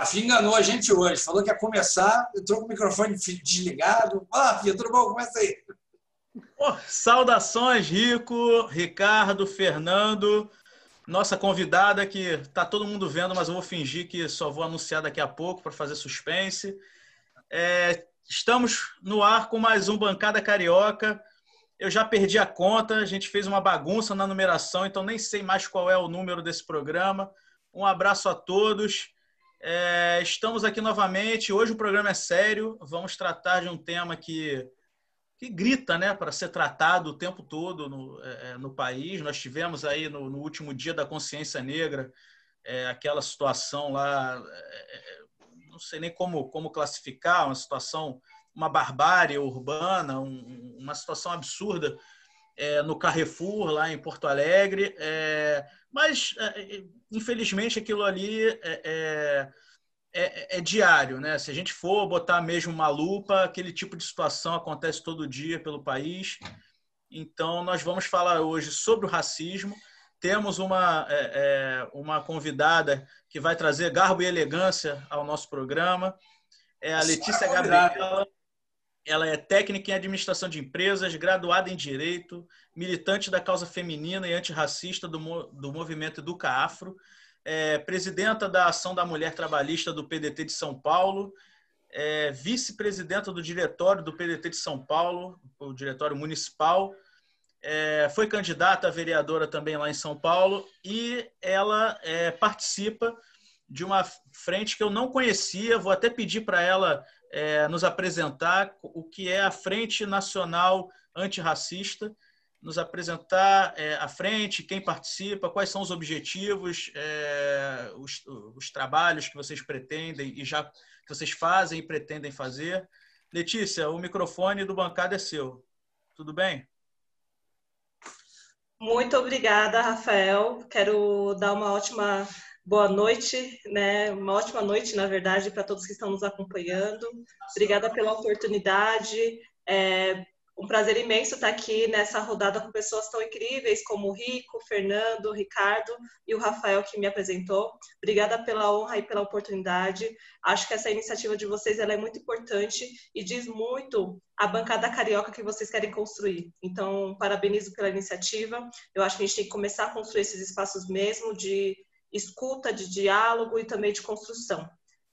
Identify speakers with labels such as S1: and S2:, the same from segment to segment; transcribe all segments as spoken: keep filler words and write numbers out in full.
S1: Rafinha enganou a gente hoje. Falou que ia começar, entrou com o microfone desligado. Ah, Rafinha, tudo bom? Começa aí.
S2: Oh, saudações, Rico, Ricardo, Fernando, nossa convidada que está todo mundo vendo, mas eu vou fingir que só vou anunciar daqui a pouco para fazer suspense. É, estamos no ar com mais um Bancada Carioca. Eu já perdi a conta, a gente fez uma bagunça na numeração, então nem sei mais qual é o número desse programa. Um abraço a todos. É, estamos aqui novamente. Hoje o programa é sério. Vamos tratar de um tema que, que grita, né, para ser tratado o tempo todo no, é, no país. Nós tivemos aí no, no último dia da consciência negra é, aquela situação lá, é, não sei nem como, como classificar, uma situação, uma barbárie urbana, um, uma situação absurda é, no Carrefour, lá em Porto Alegre. É, mas, é, infelizmente, aquilo ali é, é, é, é diário, né? Se a gente for botar mesmo uma lupa, aquele tipo de situação acontece todo dia pelo país. Então, nós vamos falar hoje sobre o racismo. Temos uma, é, é, uma convidada que vai trazer garbo e elegância ao nosso programa. É a Letícia Gabriela. Ela é técnica em administração de empresas, graduada em Direito, militante da causa feminina e antirracista do, do movimento Educa Afro, é, presidenta da Ação da Mulher Trabalhista do P D T de São Paulo, é, vice-presidenta do diretório do P D T de São Paulo, o diretório municipal, é, foi candidata a vereadora também lá em São Paulo, e ela é, participa de uma frente que eu não conhecia. Vou até pedir para ela é, nos apresentar o que é a Frente Nacional Antirracista, nos apresentar é, a frente, quem participa, quais são os objetivos, é, os, os trabalhos que vocês pretendem e já que vocês fazem e pretendem fazer. Letícia, o microfone do Bancada é seu. Tudo bem?
S3: Muito obrigada, Rafael. Quero dar uma ótima boa noite, né? Uma ótima noite, na verdade, para todos que estão nos acompanhando. Obrigada pela oportunidade. É um prazer imenso estar aqui nessa rodada com pessoas tão incríveis como o Rico, o Fernando, o Ricardo e o Rafael, que me apresentou. Obrigada pela honra e pela oportunidade. Acho que essa iniciativa de vocês ela é muito importante e diz muito a bancada carioca que vocês querem construir. Então, parabenizo pela iniciativa. Eu acho que a gente tem que começar a construir esses espaços mesmo de escuta, de diálogo e também de construção.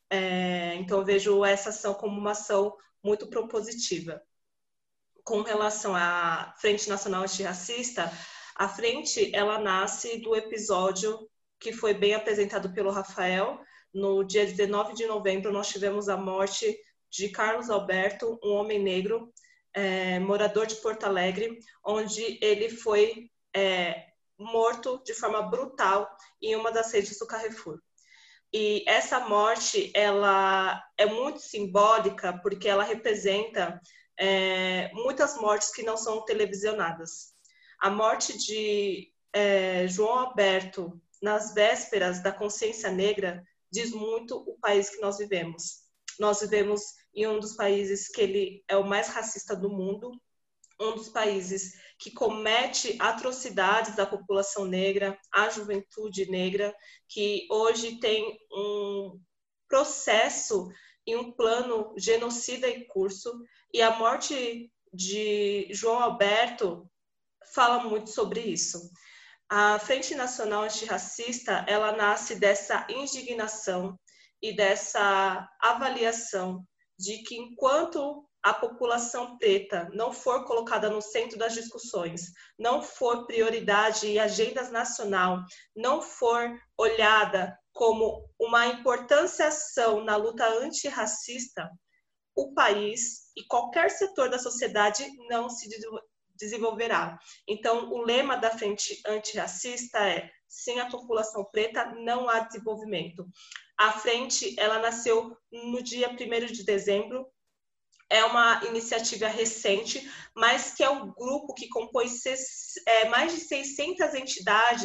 S3: É, então, eu vejo essa ação como uma ação muito propositiva. Com relação à Frente Nacional Antirracista, a frente ela nasce do episódio que foi bem apresentado pelo Rafael. No dia dezenove de novembro, nós tivemos a morte de Carlos Alberto, um homem negro, é, morador de Porto Alegre, onde ele foi é, morto de forma brutal em uma das redes do Carrefour. E essa morte ela é muito simbólica porque ela representa é, muitas mortes que não são televisionadas. A morte de é, João Alberto nas vésperas da consciência negra diz muito o país que nós vivemos. Nós vivemos em um dos países que ele é o mais racista do mundo, um dos países que comete atrocidades da população negra, a juventude negra, que hoje tem um processo e um plano genocida em curso, e a morte de João Alberto fala muito sobre isso. A Frente Nacional Antirracista, ela nasce dessa indignação e dessa avaliação de que enquanto a população preta não for colocada no centro das discussões, não for prioridade e agenda nacional, não for olhada como uma importante ação na luta antirracista, o país e qualquer setor da sociedade não se desenvolverá. Então, o lema da Frente Antirracista é: sem a população preta não há desenvolvimento. A frente, ela nasceu no dia primeiro de dezembro, é uma iniciativa recente, mas que é um grupo que compõe seis, é, mais de seiscentas entidades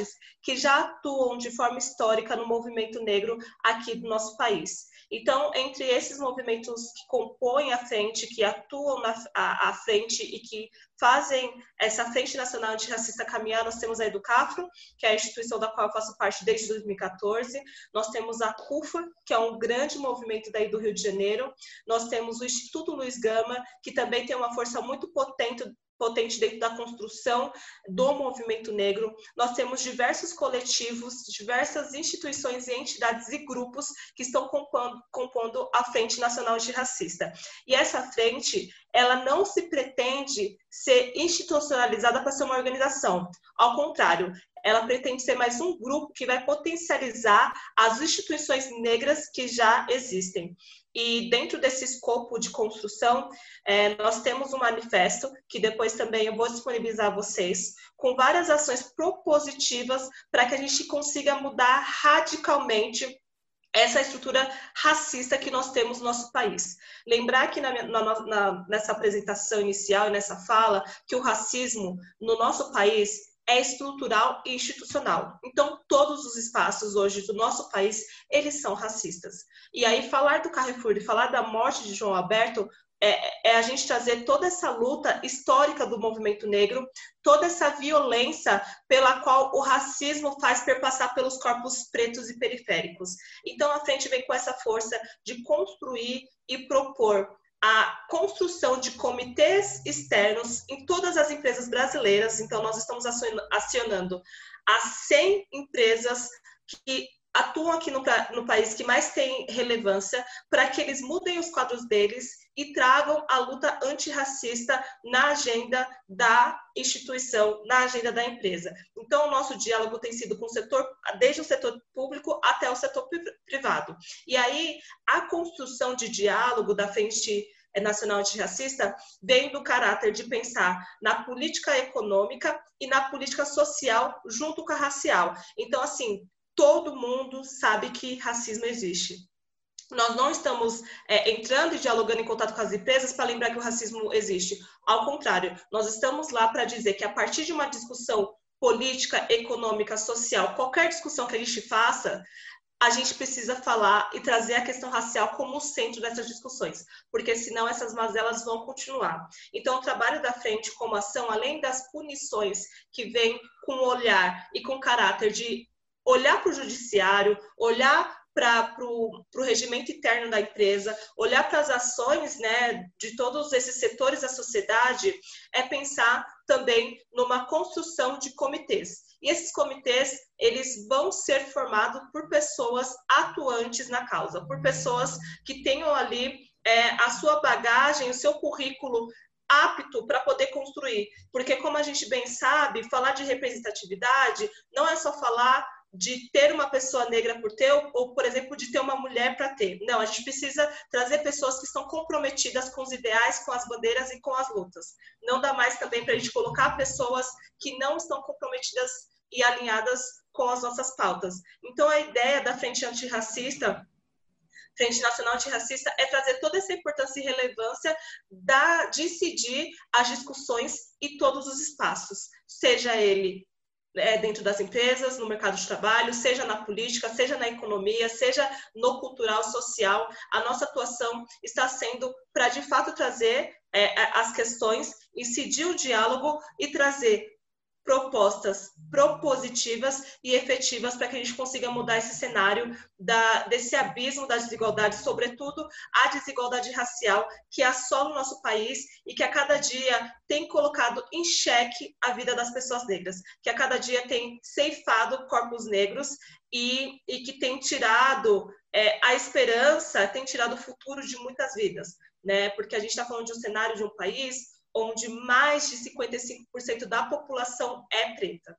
S3: que já atuam de forma histórica no movimento negro aqui do nosso país. Então, entre esses movimentos que compõem a frente, que atuam na, à, à frente e que fazem essa Frente Nacional Antirracista caminhar, nós temos a Educafro, que é a instituição da qual eu faço parte desde dois mil e quatorze, nós temos a CUFA, que é um grande movimento daí do Rio de Janeiro, nós temos o Instituto Luiz Gama, que também tem uma força muito potente potente dentro da construção do movimento negro. Nós temos diversos coletivos, diversas instituições e entidades e grupos que estão compondo, compondo a Frente Nacional Antirracista. E essa frente, ela não se pretende ser institucionalizada para ser uma organização. Ao contrário, ela pretende ser mais um grupo que vai potencializar as instituições negras que já existem. E dentro desse escopo de construção, é, nós temos um manifesto, que depois também eu vou disponibilizar a vocês, com várias ações propositivas para que a gente consiga mudar radicalmente essa estrutura racista que nós temos no nosso país. Lembrar que na, na, na, nessa apresentação inicial e nessa fala, que o racismo no nosso país é estrutural e institucional. Então, todos os espaços hoje do nosso país, eles são racistas. E aí, falar do Carrefour e falar da morte de João Alberto é, é a gente trazer toda essa luta histórica do movimento negro, toda essa violência pela qual o racismo faz perpassar pelos corpos pretos e periféricos. Então, a frente vem com essa força de construir e propor a construção de comitês externos em todas as empresas brasileiras. Então, nós estamos acionando as cem empresas que atuam aqui no, no país que mais tem relevância, para que eles mudem os quadros deles e tragam a luta antirracista na agenda da instituição, na agenda da empresa. Então, o nosso diálogo tem sido com o setor, desde o setor público até o setor privado. E aí, a construção de diálogo da Frente Nacional Antirracista vem do caráter de pensar na política econômica e na política social junto com a racial. Então, assim, todo mundo sabe que racismo existe. Nós não estamos é, entrando e dialogando em contato com as empresas para lembrar que o racismo existe. Ao contrário, nós estamos lá para dizer que a partir de uma discussão política, econômica, social, qualquer discussão que a gente faça, a gente precisa falar e trazer a questão racial como o centro dessas discussões, porque senão essas mazelas vão continuar. Então, o trabalho da frente como ação, além das punições que vem com o olhar e com o caráter de olhar para o judiciário, olhar para o regimento interno da empresa, olhar para as ações, né, de todos esses setores da sociedade, é pensar também numa construção de comitês. E esses comitês, eles vão ser formados por pessoas atuantes na causa, por pessoas que tenham ali é, a sua bagagem, o seu currículo apto para poder construir. Porque, como a gente bem sabe, falar de representatividade não é só falar de ter uma pessoa negra por ter, ou, por exemplo, de ter uma mulher para ter. Não, a gente precisa trazer pessoas que estão comprometidas com os ideais, com as bandeiras e com as lutas. Não dá mais também para a gente colocar pessoas que não estão comprometidas e alinhadas com as nossas pautas. Então, a ideia da Frente Antirracista, Frente Nacional Antirracista, é trazer toda essa importância e relevância da, de incidir as discussões em todos os espaços, seja ele É, dentro das empresas, no mercado de trabalho, seja na política, seja na economia, seja no cultural, social. A nossa atuação está sendo para, de fato, trazer é, as questões, incidir o diálogo e trazer propostas propositivas e efetivas para que a gente consiga mudar esse cenário da, desse abismo da desigualdade, sobretudo a desigualdade racial que assola o nosso país e que a cada dia tem colocado em xeque a vida das pessoas negras, que a cada dia tem ceifado corpos negros e, e que tem tirado é, a esperança, tem tirado o futuro de muitas vidas, né? Porque a gente está falando de um cenário de um país onde mais de cinquenta e cinco por cento da população é preta.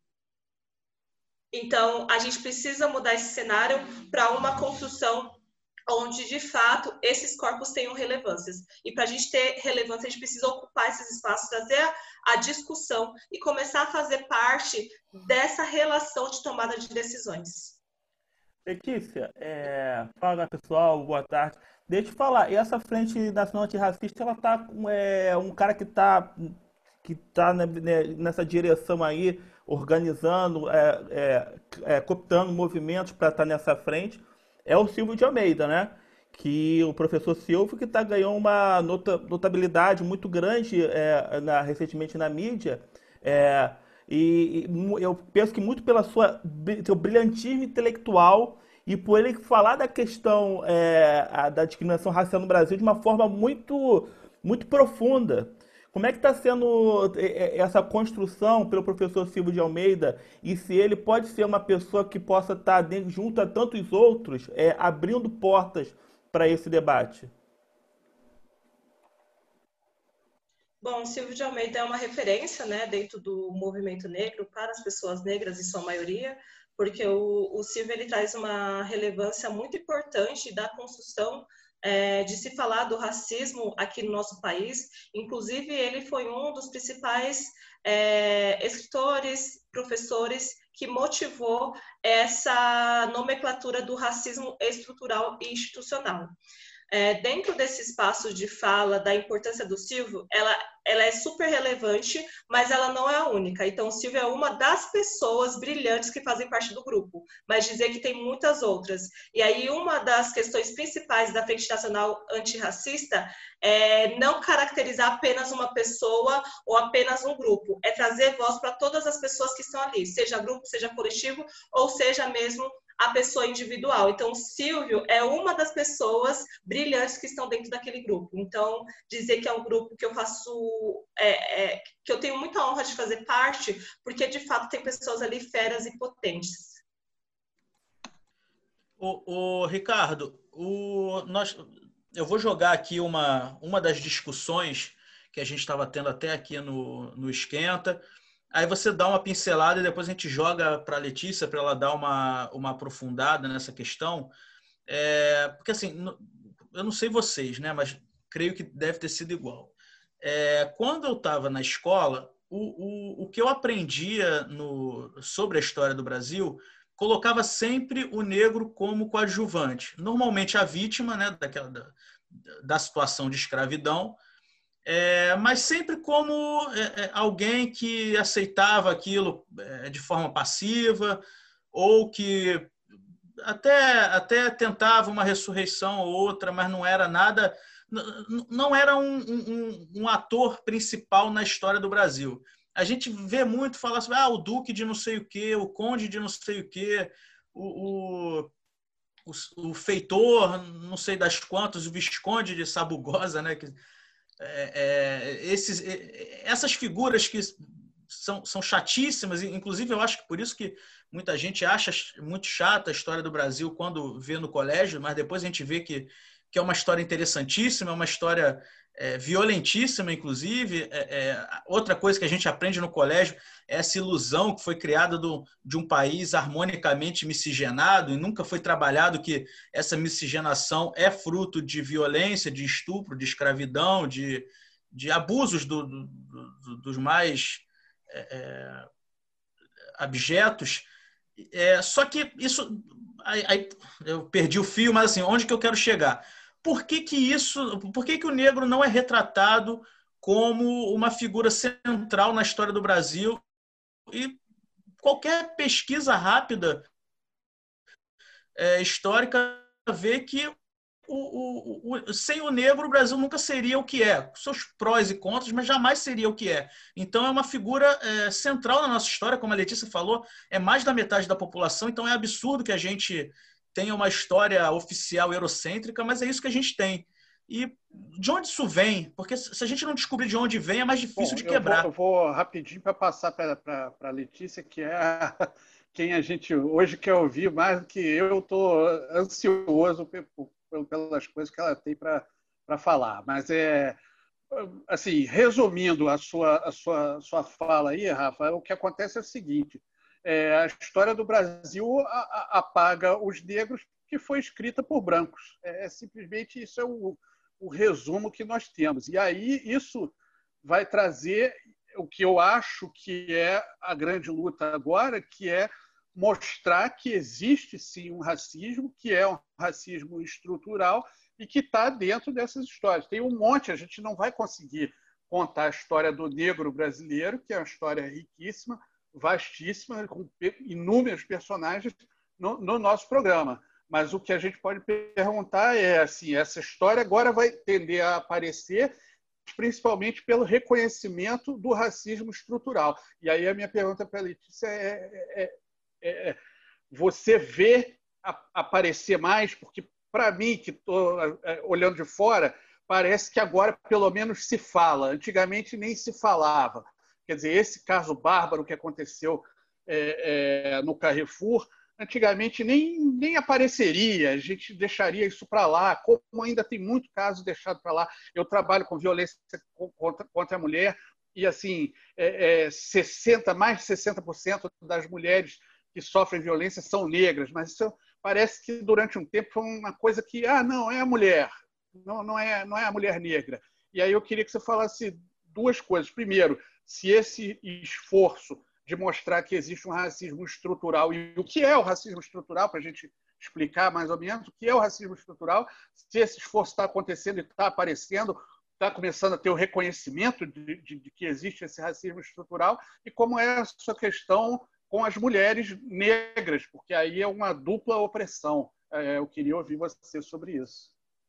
S3: Então, a gente precisa mudar esse cenário para uma construção onde, de fato, esses corpos tenham relevâncias. E para a gente ter relevância, a gente precisa ocupar esses espaços, trazer a, a discussão e começar a fazer parte dessa relação de tomada de decisões.
S4: Letícia, é... fala pessoal, boa tarde. Deixa eu falar, e essa Frente Nacional Antirracista, ela tá com é, um cara que tá, que tá nessa direção aí, organizando, é, é, é, cooptando movimentos para estar nessa frente, é o Silvio de Almeida, né? Que o professor Silvio que tá, ganhou uma nota, notabilidade muito grande é, na, recentemente na mídia. É, e, e eu penso que muito pela sua seu brilhantismo intelectual e por ele falar da questão é, a, da discriminação racial no Brasil de uma forma muito, muito profunda. Como é que está sendo é, é, essa construção pelo professor Silvio de Almeida e se ele pode ser uma pessoa que possa estar dentro, junto a tantos outros, é, abrindo portas para esse debate?
S3: Bom, Silvio de Almeida é uma referência, né, dentro do movimento negro para as pessoas negras, em sua maioria, porque o, o Silvio ele traz uma relevância muito importante da construção é, de se falar do racismo aqui no nosso país. Inclusive, ele foi um dos principais é, escritores, professores que motivou essa nomenclatura do racismo estrutural e institucional. É, dentro desse espaço de fala da importância do Silvio, ela, ela é super relevante, mas ela não é a única. Então, o Silvio é uma das pessoas brilhantes que fazem parte do grupo, mas dizer que tem muitas outras. E aí, uma das questões principais da Frente Nacional Antirracista é não caracterizar apenas uma pessoa ou apenas um grupo, é trazer voz para todas as pessoas que estão ali, seja grupo, seja coletivo, ou seja mesmo a pessoa individual. Então, o Silvio é uma das pessoas brilhantes que estão dentro daquele grupo. Então, dizer que é um grupo que eu faço, é, é, que eu tenho muita honra de fazer parte, porque, de fato, tem pessoas ali feras e potentes.
S2: O, o Ricardo, o, nós, eu vou jogar aqui uma, uma das discussões que a gente estava tendo até aqui no, no Esquenta. Aí você dá uma pincelada e depois a gente joga para a Letícia para ela dar uma, uma aprofundada nessa questão. É, porque assim, eu não sei vocês, né? Mas creio que deve ter sido igual. É, quando eu estava na escola, o, o, o que eu aprendia no, sobre a história do Brasil colocava sempre o negro como coadjuvante. Normalmente a vítima, né, daquela, da, da situação de escravidão, É, mas sempre como é, alguém que aceitava aquilo é, de forma passiva ou que até, até tentava uma ressurreição ou outra, mas não era nada, não era um, um, um ator principal na história do Brasil. A gente vê muito falar sobre ah, o duque de não sei o quê, o conde de não sei o quê, o, o, o, o feitor, não sei das quantas, o visconde de Sabugosa, né, que É, é, esses, essas figuras que são, são chatíssimas, inclusive eu acho que por isso que muita gente acha muito chata a história do Brasil quando vê no colégio, mas depois a gente vê que, que é uma história interessantíssima, é uma história é, violentíssima, inclusive. É, é, outra coisa que a gente aprende no colégio é essa ilusão que foi criada do, de um país harmonicamente miscigenado e nunca foi trabalhado que essa miscigenação é fruto de violência, de estupro, de escravidão, de, de abusos do, do, do, dos mais é, abjetos. É, só que isso... Aí, aí, eu perdi o fio, mas assim, onde que eu quero chegar? Por que que isso, por que que o negro não é retratado como uma figura central na história do Brasil? E qualquer pesquisa rápida é, histórica vê que o, o, o, sem o negro o Brasil nunca seria o que é. Seus prós e contras, mas jamais seria o que é. Então é uma figura é, central na nossa história, como a Letícia falou, é mais da metade da população, então é absurdo que a gente tenha uma história oficial eurocêntrica, mas é isso que a gente tem. E de onde isso vem? Porque se a gente não descobrir de onde vem, é mais difícil
S5: Bom,
S2: de
S5: eu
S2: quebrar.
S5: vou, eu vou rapidinho para passar para a Letícia, que é a, quem a gente hoje quer ouvir mais do que eu. Estou ansioso pelas coisas que ela tem para falar. Mas, é, assim, resumindo a sua, a sua, sua fala aí, Rafa, o que acontece é o seguinte. É, a história do Brasil apaga os negros que foi escrita por brancos. É, simplesmente isso é o, o resumo que nós temos. E aí isso vai trazer o que eu acho que é a grande luta agora, que é mostrar que existe sim um racismo, que é um racismo estrutural e que está dentro dessas histórias. Tem um monte, a gente não vai conseguir contar a história do negro brasileiro, que é uma história riquíssima, vastíssima, com inúmeros personagens no, no nosso programa. Mas o que a gente pode perguntar é assim, essa história agora vai tender a aparecer principalmente pelo reconhecimento do racismo estrutural. E aí a minha pergunta para a Letícia é, é, é, é você vê a, aparecer mais, porque para mim, que estou olhando de fora, parece que agora pelo menos se fala. Antigamente nem se falava. Quer dizer, esse caso bárbaro que aconteceu é, é, no Carrefour, antigamente nem, nem apareceria, a gente deixaria isso para lá, como ainda tem muito caso deixado para lá. Eu trabalho com violência contra, contra a mulher e assim, é, é, sessenta, mais de sessenta por cento das mulheres que sofrem violência são negras, mas isso parece que durante um tempo foi uma coisa que, ah, não, é a mulher, não, não, é, não é a mulher negra. E aí eu queria que você falasse duas coisas. Primeiro, se esse esforço de mostrar que existe um racismo estrutural. E o que é o racismo estrutural, para a gente explicar mais ou menos o que é o racismo estrutural, se esse esforço está acontecendo e está aparecendo, está começando a ter o reconhecimento de, de, de que existe esse racismo estrutural, e como é a sua questão com as mulheres negras, porque aí é uma dupla opressão. É, eu queria ouvir você sobre isso.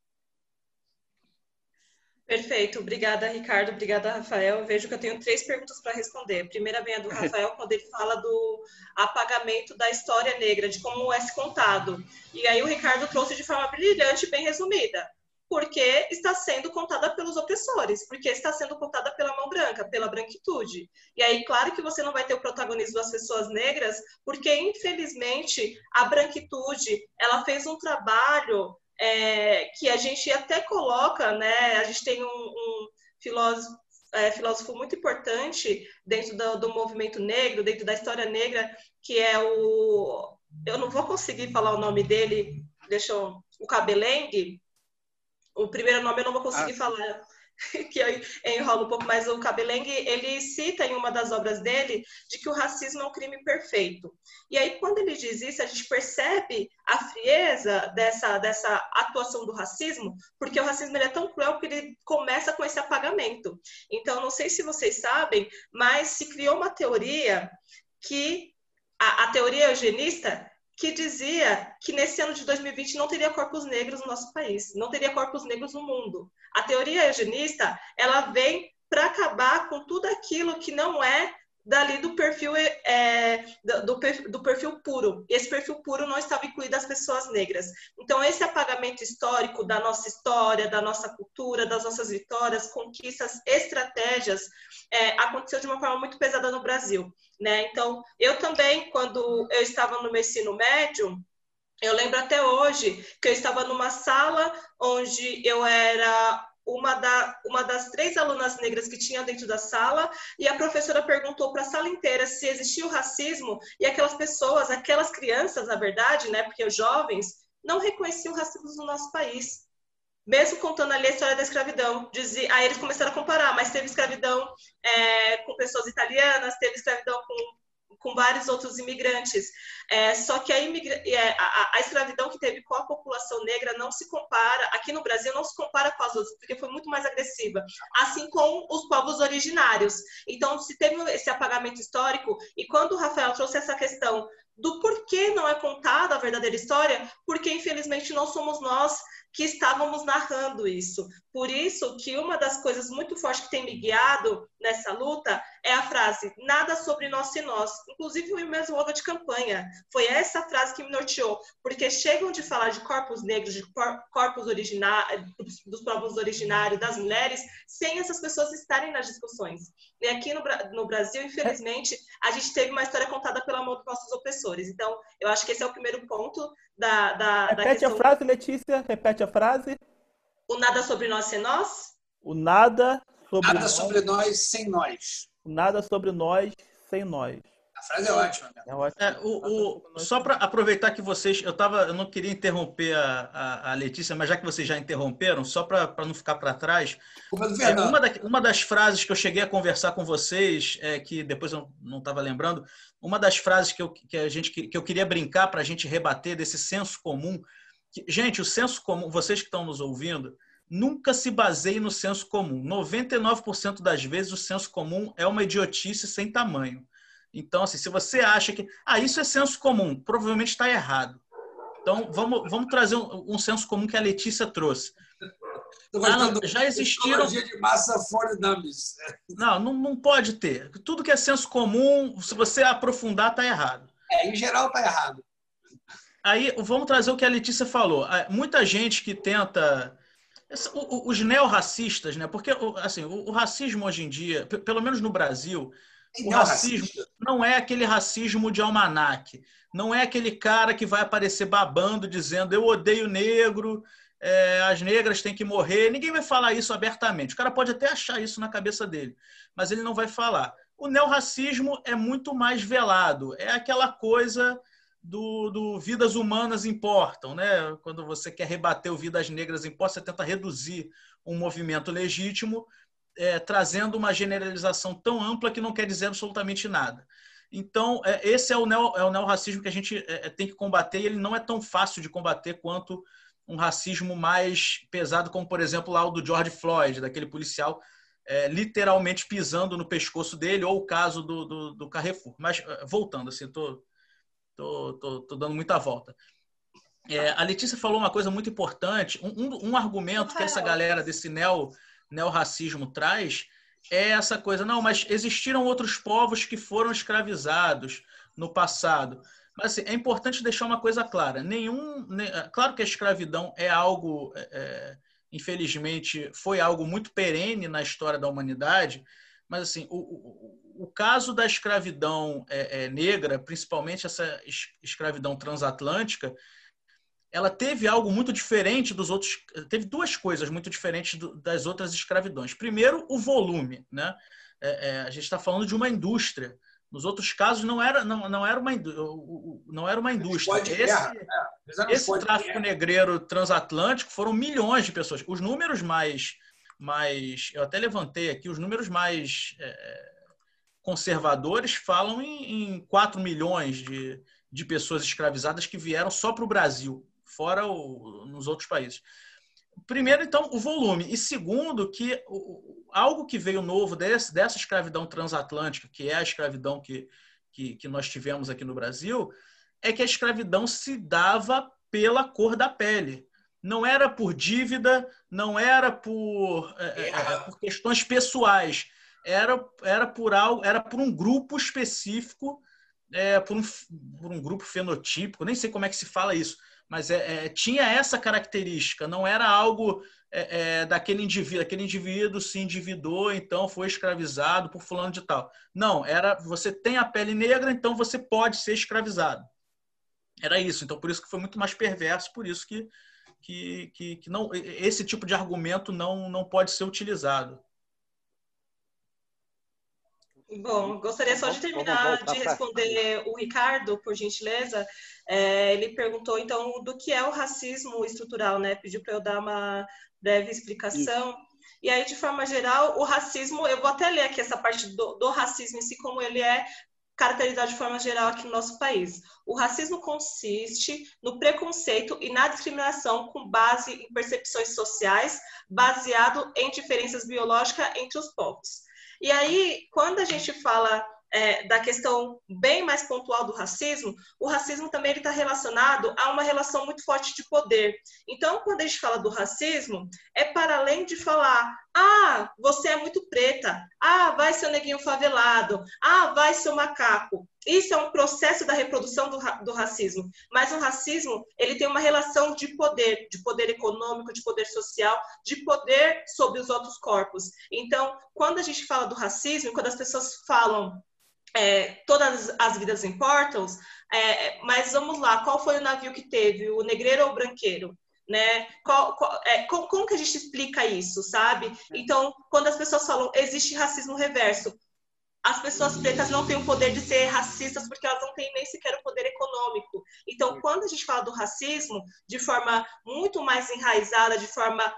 S3: Perfeito, obrigada, Ricardo, obrigada, Rafael. Eu vejo que eu tenho três perguntas para responder. A primeira vem a do Rafael, quando ele fala do apagamento da história negra, de como é se contado. E aí o Ricardo trouxe de forma brilhante, bem resumida. Porque está sendo contada pelos opressores, porque está sendo contada pela mão branca, pela branquitude. E aí, claro que você não vai ter o protagonismo das pessoas negras, porque, infelizmente, a branquitude, ela fez um trabalho... É, que a gente até coloca, né? A gente tem um, um filósofo, é, filósofo muito importante dentro do, do movimento negro, dentro da história negra, que é o... Eu não vou conseguir falar o nome dele, deixa eu... O Kabeleng. O primeiro nome eu não vou conseguir ah, falar, que eu enrolo um pouco, mas o Kabeleng, ele cita em uma das obras dele de que o racismo é um crime perfeito. E aí, quando ele diz isso, a gente percebe a frieza dessa, dessa atuação do racismo, porque o racismo ele é tão cruel que ele começa com esse apagamento. Então, não sei se vocês sabem, mas se criou uma teoria que, a, a teoria eugenista, que dizia que nesse ano de dois mil e vinte não teria corpos negros no nosso país, não teria corpos negros no mundo. A teoria eugenista, ela vem para acabar com tudo aquilo que não é dali do perfil, é, do, do perfil puro. Esse perfil puro não estava incluído as pessoas negras. Então, esse apagamento histórico da nossa história, da nossa cultura, das nossas vitórias, conquistas, estratégias, é, aconteceu de uma forma muito pesada no Brasil, né? Então, eu também, quando eu estava no meu ensino médio, eu lembro até hoje que eu estava numa sala onde eu era... Uma, da, uma das três alunas negras que tinha dentro da sala, e a professora perguntou para a sala inteira se existia o racismo, e aquelas pessoas, aquelas crianças, na verdade, né, porque os jovens, não reconheciam o racismo no nosso país. Mesmo contando ali a história da escravidão. Dizia, aí eles começaram a comparar, mas teve escravidão é, com pessoas italianas, teve escravidão com... com vários outros imigrantes. É, só que a, imigra... a, a escravidão que teve com a população negra não se compara, aqui no Brasil não se compara com as outras, porque foi muito mais agressiva, assim como os povos originários. Então, se teve esse apagamento histórico, e quando o Rafael trouxe essa questão do porquê não é contada a verdadeira história, porque infelizmente não somos nós que estávamos narrando isso. Por isso que uma das coisas muito fortes que tem me guiado nessa luta é a frase, nada sobre nós sem nós. Inclusive o meu slogan de campanha foi essa frase que me norteou, porque chegam de falar de corpos negros, de corpos originários, dos povos originários, das mulheres, sem essas pessoas estarem nas discussões. E aqui no, no Brasil, infelizmente, a gente teve uma história contada pela mão dos nossos opressores. Então, eu acho que esse é o primeiro ponto da, da,
S4: Repete
S3: da questão...
S4: a frase, Letícia. Repete a frase.
S3: O nada sobre nós sem nós?
S4: O nada sobre
S1: Nada
S4: nós.
S1: sobre nós sem nós.
S4: O nada sobre nós sem nós.
S1: A frase é ótima. Né?
S4: É ótimo.
S2: É, o, o, só para aproveitar que vocês... Eu, tava, eu não queria interromper a, a, a Letícia, mas já que vocês já interromperam, só para não ficar para trás, é, uma, da, uma das frases que eu cheguei a conversar com vocês, é, que depois eu não estava lembrando, uma das frases que eu, que a gente, que eu queria brincar para a gente rebater desse senso comum. Que, gente, o senso comum, vocês que estão nos ouvindo, nunca se baseiem no senso comum. noventa e nove por cento das vezes o senso comum é uma idiotice sem tamanho. Então, assim, se você acha que... Ah, isso é senso comum, provavelmente está errado. Então, vamos, vamos trazer um, um senso comum que a Letícia trouxe. Ah, não, já existiram...
S1: de massa for dummies.
S2: Não, não, não pode ter. Tudo que é senso comum, se você aprofundar, está errado.
S1: É, em geral está errado.
S2: Aí, vamos trazer o que a Letícia falou. Muita gente que tenta... Os neorracistas, né? Porque assim, o racismo hoje em dia, pelo menos no Brasil, o racismo não é aquele racismo de almanaque. Não é aquele cara que vai aparecer babando, dizendo eu odeio negro, é, as negras têm que morrer. Ninguém vai falar isso abertamente. O cara pode até achar isso na cabeça dele, mas ele não vai falar. O neorracismo é muito mais velado. É aquela coisa do, do vidas humanas importam, né? Quando você quer rebater o vidas negras importam, você tenta reduzir um movimento legítimo, é, trazendo uma generalização tão ampla que não quer dizer absolutamente nada. Então, é, esse é o, neo, é o neorracismo que a gente é, tem que combater, e ele não é tão fácil de combater quanto um racismo mais pesado, como, por exemplo, lá o do George Floyd, daquele policial é, literalmente pisando no pescoço dele, ou o caso do, do, do Carrefour. Mas, voltando, assim, estou tô, tô, tô dando muita volta. É, a Letícia falou uma coisa muito importante, um, um, um argumento que essa galera desse neo, neo-racismo traz é essa coisa, não, mas existiram outros povos que foram escravizados no passado. Mas assim, é importante deixar uma coisa clara. Nenhum, ne, claro que a escravidão é algo, é, infelizmente, foi algo muito perene na história da humanidade, mas assim, o, o, o caso da escravidão é, é, negra, principalmente essa escravidão transatlântica, ela teve algo muito diferente dos outros, teve duas coisas muito diferentes do, das outras escravidões. Primeiro, o volume, né? É, é, a gente está falando de uma indústria. Nos outros casos não era, não, não era, uma, não era uma indústria. Esse, esse tráfico negreiro transatlântico foram milhões de pessoas. Os números mais, mais eu até levantei aqui, os números mais é, conservadores falam em, em quatro milhões de, de pessoas escravizadas que vieram só para o Brasil, fora o, nos outros países. Primeiro, então, o volume. E segundo, que o, algo que veio novo desse, dessa escravidão transatlântica, que é a escravidão que, que, que nós tivemos aqui no Brasil, é que a escravidão se dava pela cor da pele. Não era por dívida, não era por, é, é, por questões pessoais. Era, era, por algo, era por um grupo específico, é, por, um, por um grupo fenotípico, nem sei como é que se fala isso, mas é, é, tinha essa característica, não era algo é, é, daquele indivíduo, aquele indivíduo se endividou, então foi escravizado por fulano de tal. Não, era você tem a pele negra, então você pode ser escravizado. Era isso, então por isso que foi muito mais perverso, por isso que, que, que, que não, esse tipo de argumento não, não pode ser utilizado.
S3: Bom, gostaria só de terminar de responder o Ricardo, por gentileza. É, ele perguntou, então, do que é o racismo estrutural, né? Pediu para eu dar uma breve explicação. Isso. E aí, de forma geral, o racismo, eu vou até ler aqui essa parte do, do racismo em si, como ele é caracterizado de forma geral aqui no nosso país. O racismo consiste no preconceito e na discriminação com base em percepções sociais, baseado em diferenças biológicas entre os povos. E aí, quando a gente fala é, da questão bem mais pontual do racismo, o racismo também está relacionado a uma relação muito forte de poder. Então, quando a gente fala do racismo, é para além de falar, ah, você é muito preta, ah, vai ser o neguinho favelado, ah, vai ser o macaco. Isso é um processo da reprodução do, do racismo. Mas o racismo, ele tem uma relação de poder, de poder econômico, de poder social, de poder sobre os outros corpos. Então, quando a gente fala do racismo, quando as pessoas falam é, todas as vidas importam, é, mas vamos lá, qual foi o navio que teve, o negreiro ou o branqueiro? Né? Qual, qual, é, como, como que a gente explica isso, sabe? Então, quando as pessoas falam, existe racismo reverso, as pessoas pretas não têm o poder de ser racistas porque elas não têm nem sequer o poder econômico. Então, quando a gente fala do racismo de forma muito mais enraizada, de forma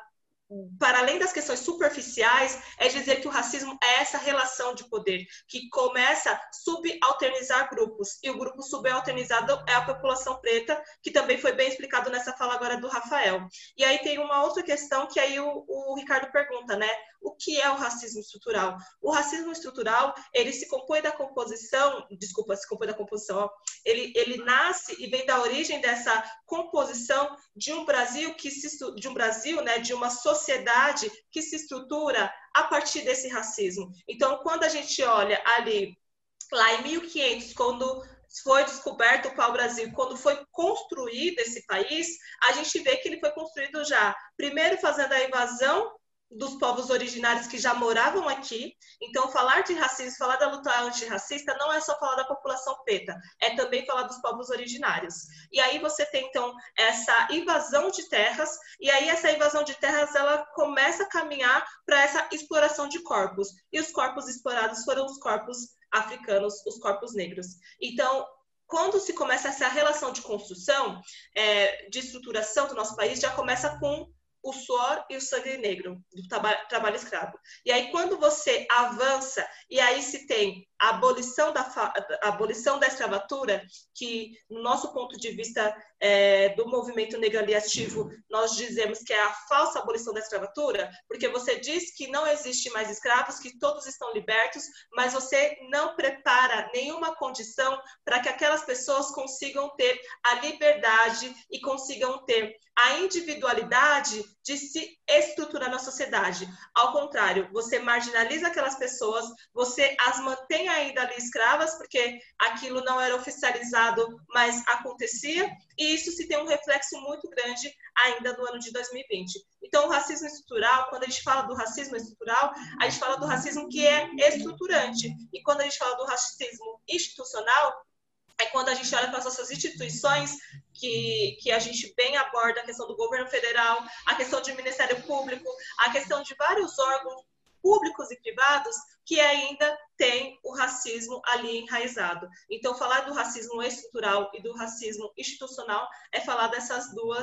S3: para além das questões superficiais, é dizer que o racismo é essa relação de poder, que começa a subalternizar grupos, e o grupo subalternizado é a população preta, que também foi bem explicado nessa fala agora do Rafael. E aí tem uma outra questão que aí o, o Ricardo pergunta, né? O que é o racismo estrutural? O racismo estrutural, ele se compõe da composição, desculpa, se compõe da composição, ó, ele, ele nasce e vem da origem dessa composição de um Brasil, que se, de um Brasil, né, de uma sociedade que se estrutura a partir desse racismo. Então, quando a gente olha ali, lá em mil e quinhentos, quando foi descoberto o pau-brasil, quando foi construído esse país, a gente vê que ele foi construído já, primeiro fazendo a invasão dos povos originários que já moravam aqui. Então, falar de racismo, falar da luta antirracista não é só falar da população preta, é também falar dos povos originários. E aí você tem, então, essa invasão de terras, e aí essa invasão de terras, ela começa a caminhar para essa exploração de corpos. E os corpos explorados foram os corpos africanos, os corpos negros. Então, quando se começa essa relação de construção, é, de estruturação do nosso país, já começa com o suor e o sangue negro do trabalho escravo. E aí, quando você avança, e aí se tem a abolição da, a abolição da escravatura, que, no nosso ponto de vista é, do movimento negro aliativo, nós dizemos que é a falsa abolição da escravatura, porque você diz que não existe mais escravos, que todos estão libertos, mas você não prepara nenhuma condição para que aquelas pessoas consigam ter a liberdade e consigam ter a individualidade de se estruturar na sociedade. Ao contrário, você marginaliza aquelas pessoas, você as mantém ainda ali escravas, porque aquilo não era oficializado, mas acontecia, e isso se tem um reflexo muito grande ainda no ano de dois mil e vinte. Então, o racismo estrutural, quando a gente fala do racismo estrutural, a gente fala do racismo que é estruturante. E quando a gente fala do racismo institucional, é quando a gente olha para as nossas instituições, que, que a gente bem aborda a questão do governo federal, a questão do Ministério Público, a questão de vários órgãos públicos e privados que ainda tem o racismo ali enraizado. Então, falar do racismo estrutural e do racismo institucional é falar dessas duas,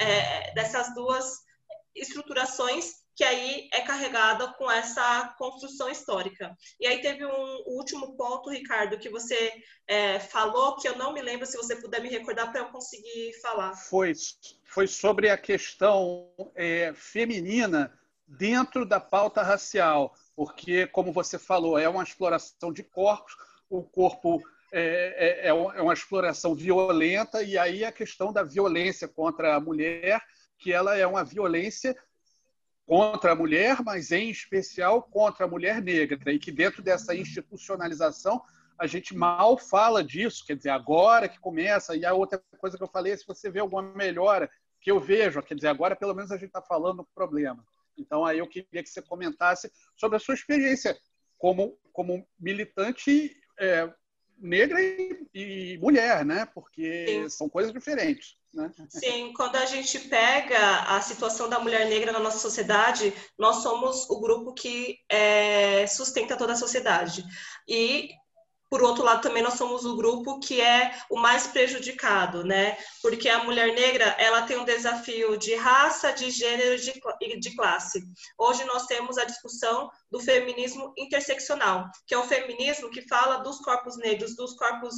S3: é, dessas duas estruturações que aí é carregada com essa construção histórica. E aí teve um último ponto, Ricardo, que você é, falou, que eu não me lembro, se você puder me recordar para eu conseguir falar.
S5: Foi, foi sobre a questão é, feminina dentro da pauta racial, porque, como você falou, é uma exploração de corpos, o corpo é, é, é uma exploração violenta, e aí a questão da violência contra a mulher, que ela é uma violência contra a mulher, mas em especial contra a mulher negra, e que dentro dessa institucionalização a gente mal fala disso, quer dizer, agora que começa, e a outra coisa que eu falei, se você vê alguma melhora, que eu vejo, quer dizer, agora pelo menos a gente está falando do problema. Então aí eu queria que você comentasse sobre a sua experiência como, como militante é, negra e, e mulher, né? Porque Sim. são coisas diferentes. Né?
S3: Sim, quando a gente pega a situação da mulher negra na nossa sociedade, nós somos o grupo que é, sustenta toda a sociedade. E, por outro lado, também nós somos o grupo que é o mais prejudicado, né? Porque a mulher negra, ela tem um desafio de raça, de gênero e de classe. Hoje nós temos a discussão do feminismo interseccional, que é o feminismo que fala dos corpos negros, dos corpos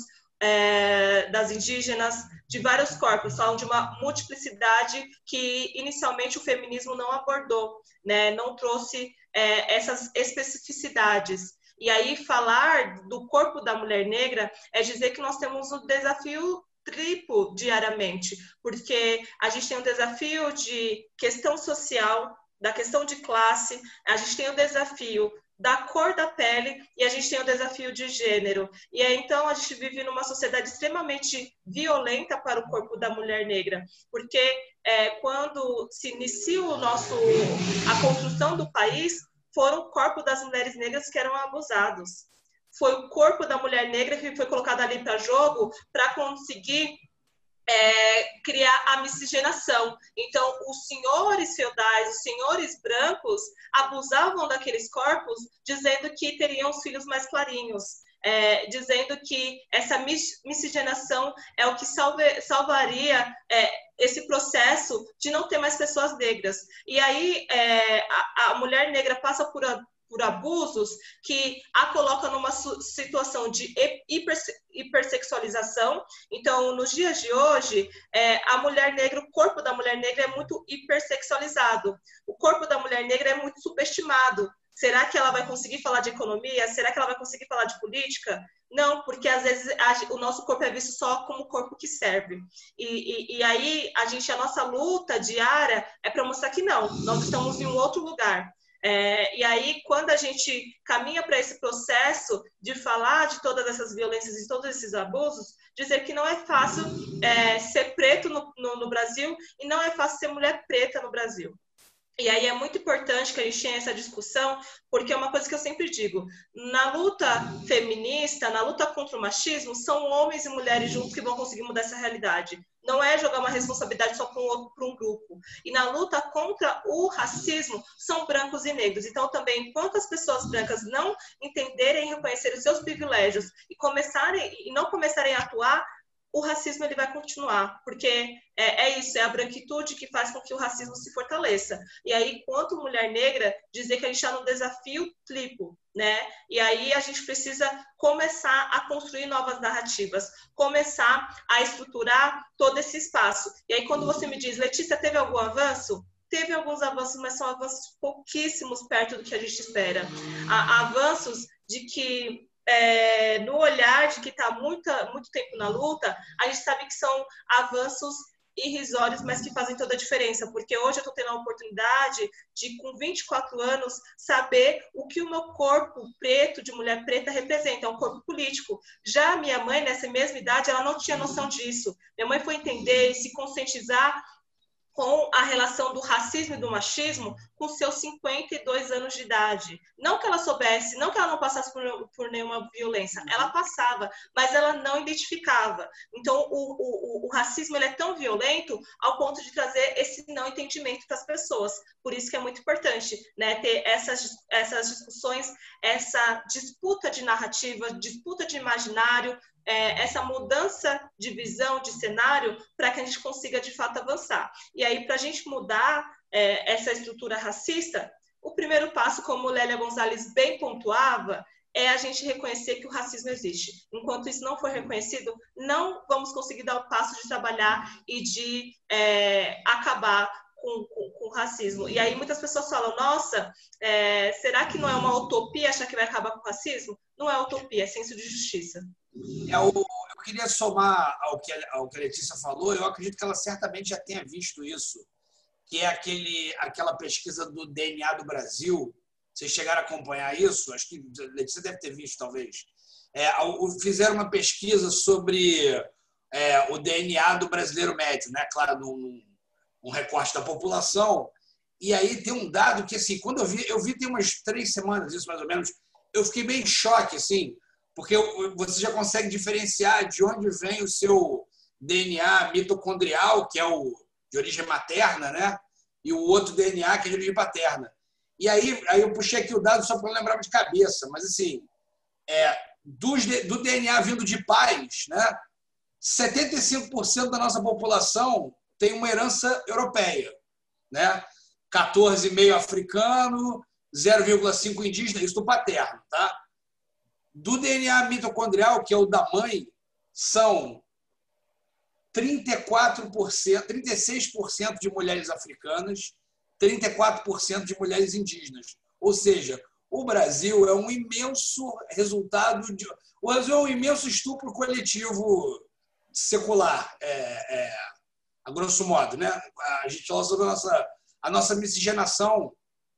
S3: É, das indígenas, de vários corpos, falam de uma multiplicidade que inicialmente o feminismo não abordou, né? Não trouxe é, essas especificidades. E aí falar do corpo da mulher negra é dizer que nós temos um desafio triplo diariamente, porque a gente tem um desafio de questão social, da questão de classe, a gente tem o desafio da cor da pele e a gente tem o desafio de gênero. E aí, então, a gente vive numa sociedade extremamente violenta para o corpo da mulher negra, porque é, quando se inicia o nosso, a construção do país, foram o corpo das mulheres negras que eram abusados. Foi o corpo da mulher negra que foi colocado ali para jogo para conseguir É, criar a miscigenação. Então, os senhores feudais, os senhores brancos, abusavam daqueles corpos, dizendo que teriam os filhos mais clarinhos, é, dizendo que essa miscigenação é o que salve, salvaria, é, esse processo de não ter mais pessoas negras. E aí é, a, a mulher negra passa por, a, por abusos que a colocam numa situação de hiper, hipersexualização. Então, nos dias de hoje, é, a mulher negra, o corpo da mulher negra é muito hipersexualizado. O corpo da mulher negra é muito subestimado. Será que ela vai conseguir falar de economia? Será que ela vai conseguir falar de política? Não, porque às vezes a, o nosso corpo é visto só como corpo que serve. E, e, e aí, a gente, a nossa luta diária é para mostrar que não, nós estamos em um outro lugar. É, e aí, quando a gente caminha para esse processo de falar de todas essas violências e todos esses abusos, dizer que não é fácil é, ser preto no, no, no Brasil e não é fácil ser mulher preta no Brasil. E aí é muito importante que a gente tenha essa discussão, porque é uma coisa que eu sempre digo, na luta feminista, na luta contra o machismo, são homens e mulheres juntos que vão conseguir mudar essa realidade. Não é jogar uma responsabilidade só para um outro, para um grupo. E na luta contra o racismo, são brancos e negros. Então, também, enquanto as pessoas brancas não entenderem e reconhecerem os seus privilégios e, começarem, e não começarem a atuar, o racismo ele vai continuar, porque é, é isso, é a branquitude que faz com que o racismo se fortaleça. E aí, enquanto mulher negra, dizer que a gente está num desafio triplo, né? E aí a gente precisa começar a construir novas narrativas, começar a estruturar todo esse espaço. E aí, quando você me diz, Letícia, teve algum avanço? Teve alguns avanços, mas são avanços pouquíssimos perto do que a gente espera. Há avanços de que É, no olhar de que está muito tempo na luta, a gente sabe que são avanços irrisórios, mas que fazem toda a diferença, porque hoje eu estou tendo a oportunidade de, com vinte e quatro anos, saber o que o meu corpo preto, de mulher preta, representa, é um corpo político. Já a minha mãe, nessa mesma idade, ela não tinha noção disso. Minha mãe foi entender e se conscientizar com a relação do racismo e do machismo com seus cinquenta e dois anos de idade. Não que ela soubesse, não que ela não passasse por, por nenhuma violência, ela passava, mas ela não identificava. Então, o, o, o racismo ele é tão violento ao ponto de trazer esse não entendimento para as pessoas. Por isso que é muito importante, né, ter essas, essas discussões, essa disputa de narrativa, disputa de imaginário, É, essa mudança de visão, de cenário, para que a gente consiga, de fato, avançar. E aí, para a gente mudar é, essa estrutura racista, o primeiro passo, como Lélia Gonzalez bem pontuava, é a gente reconhecer que o racismo existe. Enquanto isso não for reconhecido, não vamos conseguir dar o passo de trabalhar e de é, acabar com, com, com o racismo. E aí muitas pessoas falam, nossa, é, será que não é uma utopia achar que vai acabar com o racismo? Não é utopia, é senso de justiça.
S1: Eu, eu queria somar ao que, ao que a Letícia falou, eu acredito que ela certamente já tenha visto isso, que é aquele, aquela pesquisa do D N A do Brasil. Vocês chegaram a acompanhar isso? Acho que a Letícia deve ter visto, talvez. É, fizeram uma pesquisa sobre é, o D N A do brasileiro médio, né? Claro, num, um recorte da população. E aí tem um dado que, assim, quando eu vi, eu vi tem umas três semanas, isso mais ou menos, eu fiquei meio em choque, assim, porque você já consegue diferenciar de onde vem o seu D N A mitocondrial, que é o de origem materna, né? E o outro D N A, que é de origem paterna. E aí, aí eu puxei aqui o dado só para eu lembrar de cabeça, mas assim, é, dos, do D N A vindo de pais, né? setenta e cinco por cento da nossa população tem uma herança europeia, né? quatorze vírgula cinco por cento africano, zero vírgula cinco por cento indígena, isso do paterno, tá? Do D N A mitocondrial, que é o da mãe, são trinta e quatro por cento, trinta e seis por cento de mulheres africanas, trinta e quatro por cento de mulheres indígenas. Ou seja, o Brasil é um imenso resultado de... O Brasil é um imenso estupro coletivo secular, é, é, a grosso modo, né? A gente fala sobre a nossa, a nossa miscigenação.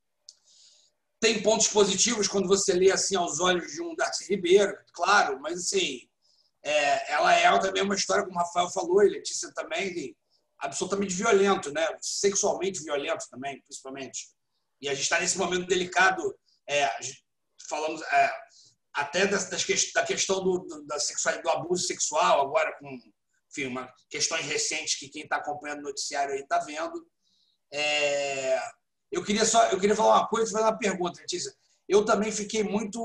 S1: Tem pontos positivos quando você lê assim aos olhos de um Darcy Ribeiro, claro, mas assim, é, ela é também uma história, como o Rafael falou, e Letícia também, absolutamente violento, né? Sexualmente violento também, principalmente. E a gente está nesse momento delicado, é, falamos é, até das, das que, da questão do, do, da sexual, do abuso sexual, agora com enfim, uma, questões recentes que quem está acompanhando o noticiário aí está vendo. É, Eu queria, só, eu queria falar uma coisa e fazer uma pergunta, Letícia. Eu também fiquei muito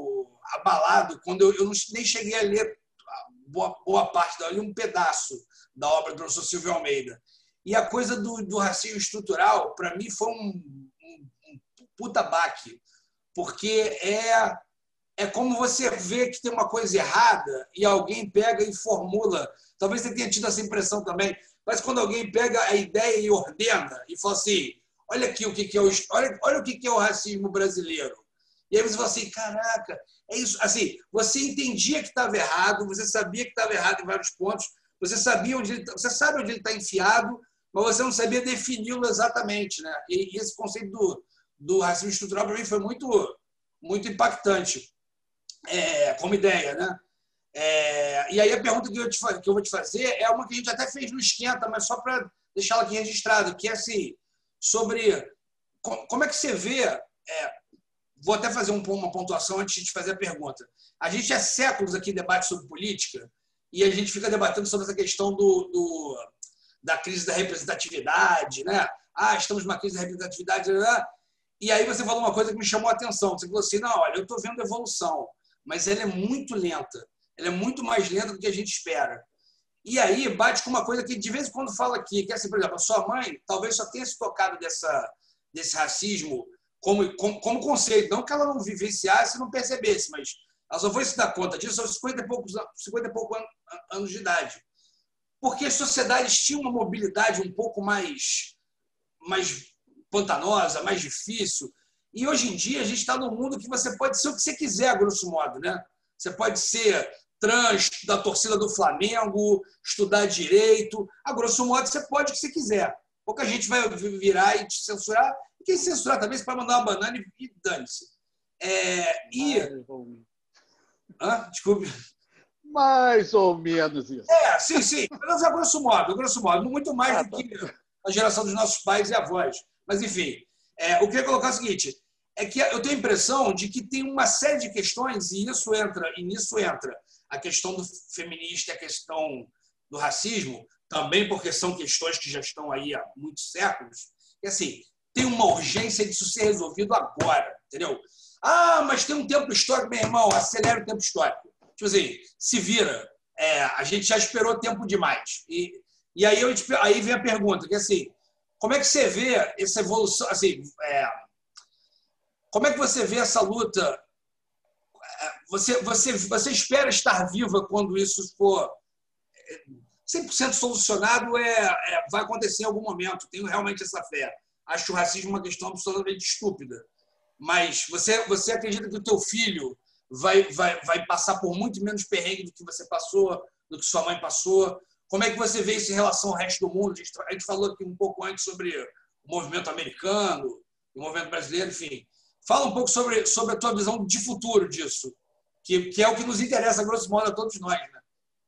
S1: abalado quando eu, eu não, nem cheguei a ler boa, boa parte, eu li um pedaço da obra do professor Silvio Almeida. E a coisa do, do racismo estrutural, para mim, foi um, um, um puta baque, porque é, é como você vê que tem uma coisa errada e alguém pega e formula. Talvez você tenha tido essa impressão também, mas quando alguém pega a ideia e ordena e fala assim, olha aqui o que, que é o, olha, olha o que, que é o racismo brasileiro. E aí você fala assim, caraca, é isso. Assim, você entendia que estava errado, você sabia que estava errado em vários pontos, você sabia onde ele, você sabe onde ele está enfiado, mas você não sabia defini-lo exatamente, né? E esse conceito do, do racismo estrutural, para mim, foi muito, muito impactante é, como ideia, né? É, e aí a pergunta que eu, te, que eu vou te fazer é uma que a gente até fez no Esquenta, mas só para deixá-la aqui registrada, que é assim, sobre como é que você vê... É, vou até fazer um, uma pontuação antes de fazer a pergunta. A gente há séculos aqui debate sobre política e a gente fica debatendo sobre essa questão do, do, da crise da representatividade, né? Ah, estamos numa crise da representatividade, né? E aí você falou uma coisa que me chamou a atenção. Você falou assim, não, olha, eu estou vendo evolução, mas ela é muito lenta. Ela é muito mais lenta do que a gente espera. E aí bate com uma coisa que de vez em quando fala aqui, que é assim, por exemplo, a sua mãe talvez só tenha se tocado dessa, desse racismo como, como, como conceito. Não que ela não vivenciasse e não percebesse, mas ela só foi se dar conta disso aos cinquenta e poucos, cinquenta e poucos anos de idade. Porque as sociedades tinham uma mobilidade um pouco mais, mais pantanosa, mais difícil. E hoje em dia a gente está num mundo que você pode ser o que você quiser, a grosso modo, né? Você pode ser trans, da torcida do Flamengo, estudar direito. A grosso modo, você pode o que você quiser. Pouca gente vai virar e te censurar. E quem censurar também, você pode mandar uma banana e dane-se. É, e... Hã? Desculpe.
S5: Mais ou menos isso.
S1: É, sim, sim. Mas a grosso modo, a grosso modo. Muito mais ah, do que a geração dos nossos pais e avós. Mas, enfim, é, o que eu ia colocar é o seguinte, é que eu tenho a impressão de que tem uma série de questões, e isso entra, e nisso entra a questão do feminista e a questão do racismo, também porque são questões que já estão aí há muitos séculos, e assim, tem uma urgência de isso ser resolvido agora, entendeu? Ah, mas tem um tempo histórico, meu irmão, acelera o tempo histórico. Tipo assim, se vira, é, a gente já esperou tempo demais. E, e aí, eu, aí vem a pergunta, que é assim, como é que você vê essa evolução, assim, é, como é que você vê essa luta? Você, você, você espera estar viva quando isso for cem por cento solucionado? É, é, vai acontecer em algum momento. Tenho realmente essa fé. Acho o racismo uma questão absolutamente estúpida. Mas você, você acredita que o teu filho vai, vai, vai passar por muito menos perrengue do que você passou, do que sua mãe passou? Como é que você vê isso em relação ao resto do mundo? A gente, a gente falou aqui um pouco antes sobre o movimento americano, o movimento brasileiro, enfim. Fala um pouco sobre, sobre a tua visão de futuro disso, que, que é o que nos interessa, grosso modo, a todos nós, né?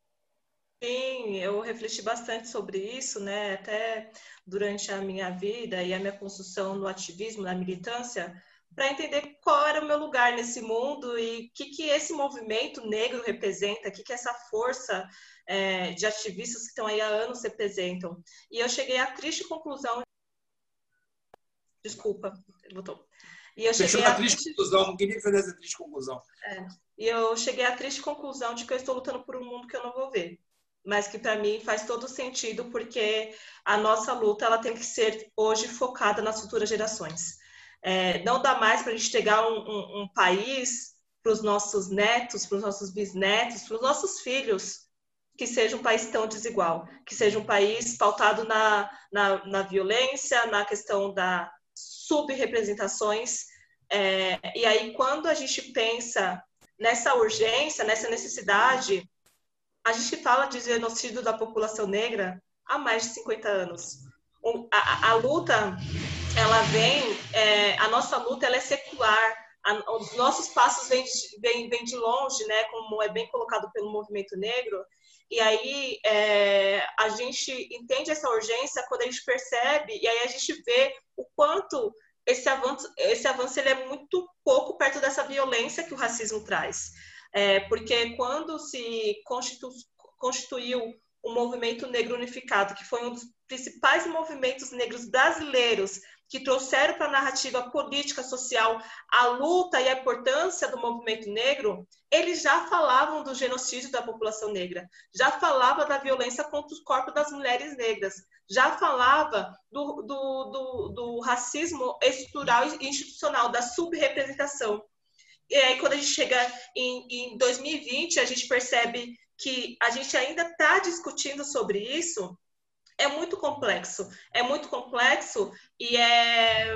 S3: Sim, eu refleti bastante sobre isso, né? Até durante a minha vida e a minha construção no ativismo, na militância, para entender qual era o meu lugar nesse mundo e o que, que esse movimento negro representa, o que, que essa força é, de ativistas que estão aí há anos representam. E eu cheguei à triste conclusão... Desculpa, ele botou.
S1: E eu cheguei à triste, triste conclusão, não queria fazer essa triste conclusão.
S3: É, e eu cheguei à triste conclusão de que eu estou lutando por um mundo que eu não vou ver, mas que para mim faz todo sentido, porque a nossa luta ela tem que ser hoje focada nas futuras gerações. É, não dá mais para a gente pegar um, um, um país para os nossos netos, para os nossos bisnetos, para os nossos filhos, que seja um país tão desigual, que seja um país pautado na, na, na violência, na questão da subrepresentações, é, e aí quando a gente pensa nessa urgência, nessa necessidade, a gente fala de genocídio da população negra há mais de cinquenta anos. Um, a, a luta, ela vem, é, a nossa luta ela é secular, a, os nossos passos vêm vem, vem de longe, né, como é bem colocado pelo movimento negro, e aí é, a gente entende essa urgência quando a gente percebe, e aí a gente vê o quanto esse avanço, esse avanço ele é muito pouco perto dessa violência que o racismo traz. É, porque quando se constitu, constituiu o Movimento Negro Unificado, que foi um dos principais movimentos negros brasileiros que trouxeram para a narrativa política, social, a luta e a importância do movimento negro, eles já falavam do genocídio da população negra, já falava da violência contra os corpos das mulheres negras, já falava do, do, do, do racismo estrutural e institucional, da subrepresentação. E aí, quando a gente chega em, em dois mil e vinte, a gente percebe que a gente ainda está discutindo sobre isso. É muito complexo, é muito complexo e é...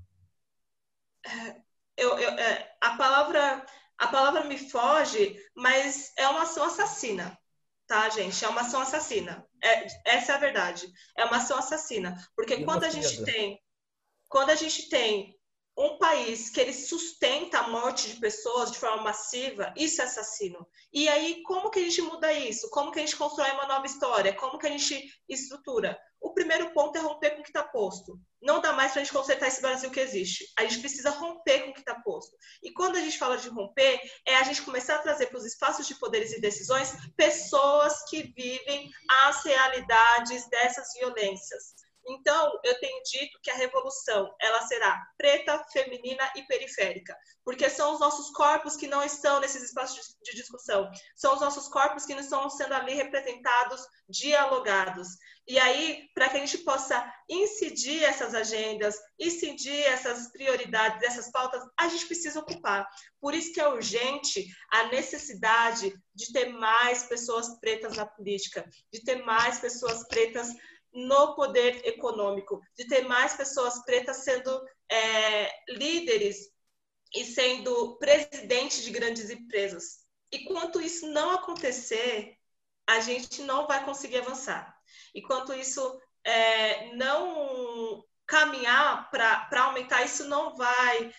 S3: Eu, eu, é... A, palavra, a palavra me foge, mas é uma ação assassina, tá, gente? É uma ação assassina. É, essa é a verdade. É uma ação assassina. Porque e quando a gente tem... Quando a gente tem um país que ele sustenta a morte de pessoas de forma massiva, isso é assassino. E aí, como que a gente muda isso? Como que a gente constrói uma nova história? Como que a gente estrutura? O primeiro ponto é romper com o que está posto. Não dá mais para a gente consertar esse Brasil que existe. A gente precisa romper com o que está posto. E quando a gente fala de romper, é a gente começar a trazer para os espaços de poderes e decisões pessoas que vivem as realidades dessas violências. Então, eu tenho dito que a revolução, ela será preta, feminina e periférica, porque são os nossos corpos que não estão nesses espaços de discussão, são os nossos corpos que não estão sendo ali representados, dialogados. E aí, para que a gente possa incidir essas agendas, incidir essas prioridades, essas pautas, a gente precisa ocupar. Por isso que é urgente a necessidade de ter mais pessoas pretas na política, de ter mais pessoas pretas no poder econômico, de ter mais pessoas pretas sendo é, líderes e sendo presidentes de grandes empresas. E quanto isso não acontecer, a gente não vai conseguir avançar. E quanto isso é, não caminhar para aumentar, isso não vai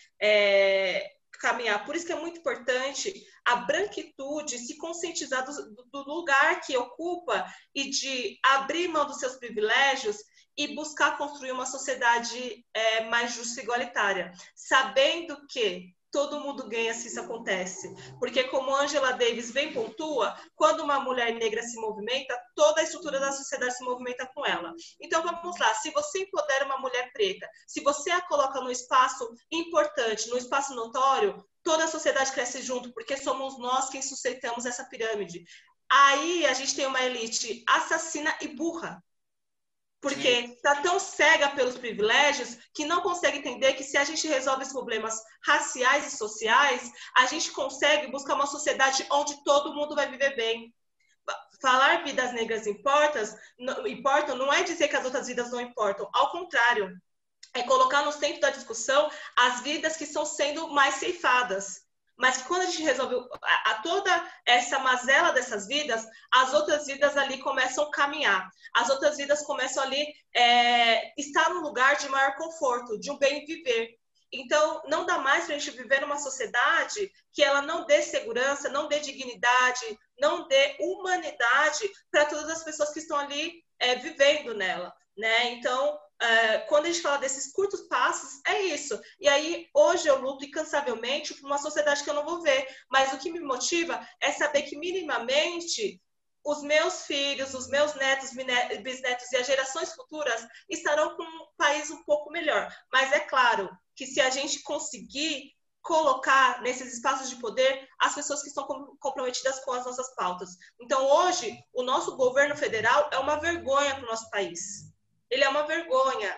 S3: é, caminhar. Por isso que é muito importante a branquitude se conscientizar do, do lugar que ocupa e de abrir mão dos seus privilégios e buscar construir uma sociedade é, mais justa e igualitária, sabendo que todo mundo ganha se isso acontece. Porque como Angela Davis bem pontua, quando uma mulher negra se movimenta, toda a estrutura da sociedade se movimenta com ela. Então vamos lá, se você empodera uma mulher preta, se você a coloca num espaço importante, num espaço notório, toda a sociedade cresce junto, porque somos nós quem sustentamos essa pirâmide. Aí a gente tem uma elite assassina e burra, porque está tão cega pelos privilégios que não consegue entender que se a gente resolve os problemas raciais e sociais, a gente consegue buscar uma sociedade onde todo mundo vai viver bem. Falar vidas negras importam, não, importam não é dizer que as outras vidas não importam, ao contrário, é colocar no centro da discussão as vidas que estão sendo mais ceifadas. Mas que quando a gente resolve a, a toda essa mazela dessas vidas, as outras vidas ali começam a caminhar. As outras vidas começam ali é, estar num lugar de maior conforto, de um bem viver. Então, não dá mais para a gente viver numa sociedade que ela não dê segurança, não dê dignidade, não dê humanidade para todas as pessoas que estão ali é, vivendo nela, né? Então, Uh, quando a gente fala desses curtos passos, é isso. E aí, hoje eu luto incansavelmente por uma sociedade que eu não vou ver. Mas o que me motiva é saber que, minimamente, os meus filhos, os meus netos, bisnetos e as gerações futuras estarão com um país um pouco melhor. Mas é claro que se a gente conseguir colocar nesses espaços de poder as pessoas que estão comprometidas com as nossas pautas. Então, hoje, o nosso governo federal é uma vergonha para o nosso país. Ele é uma vergonha.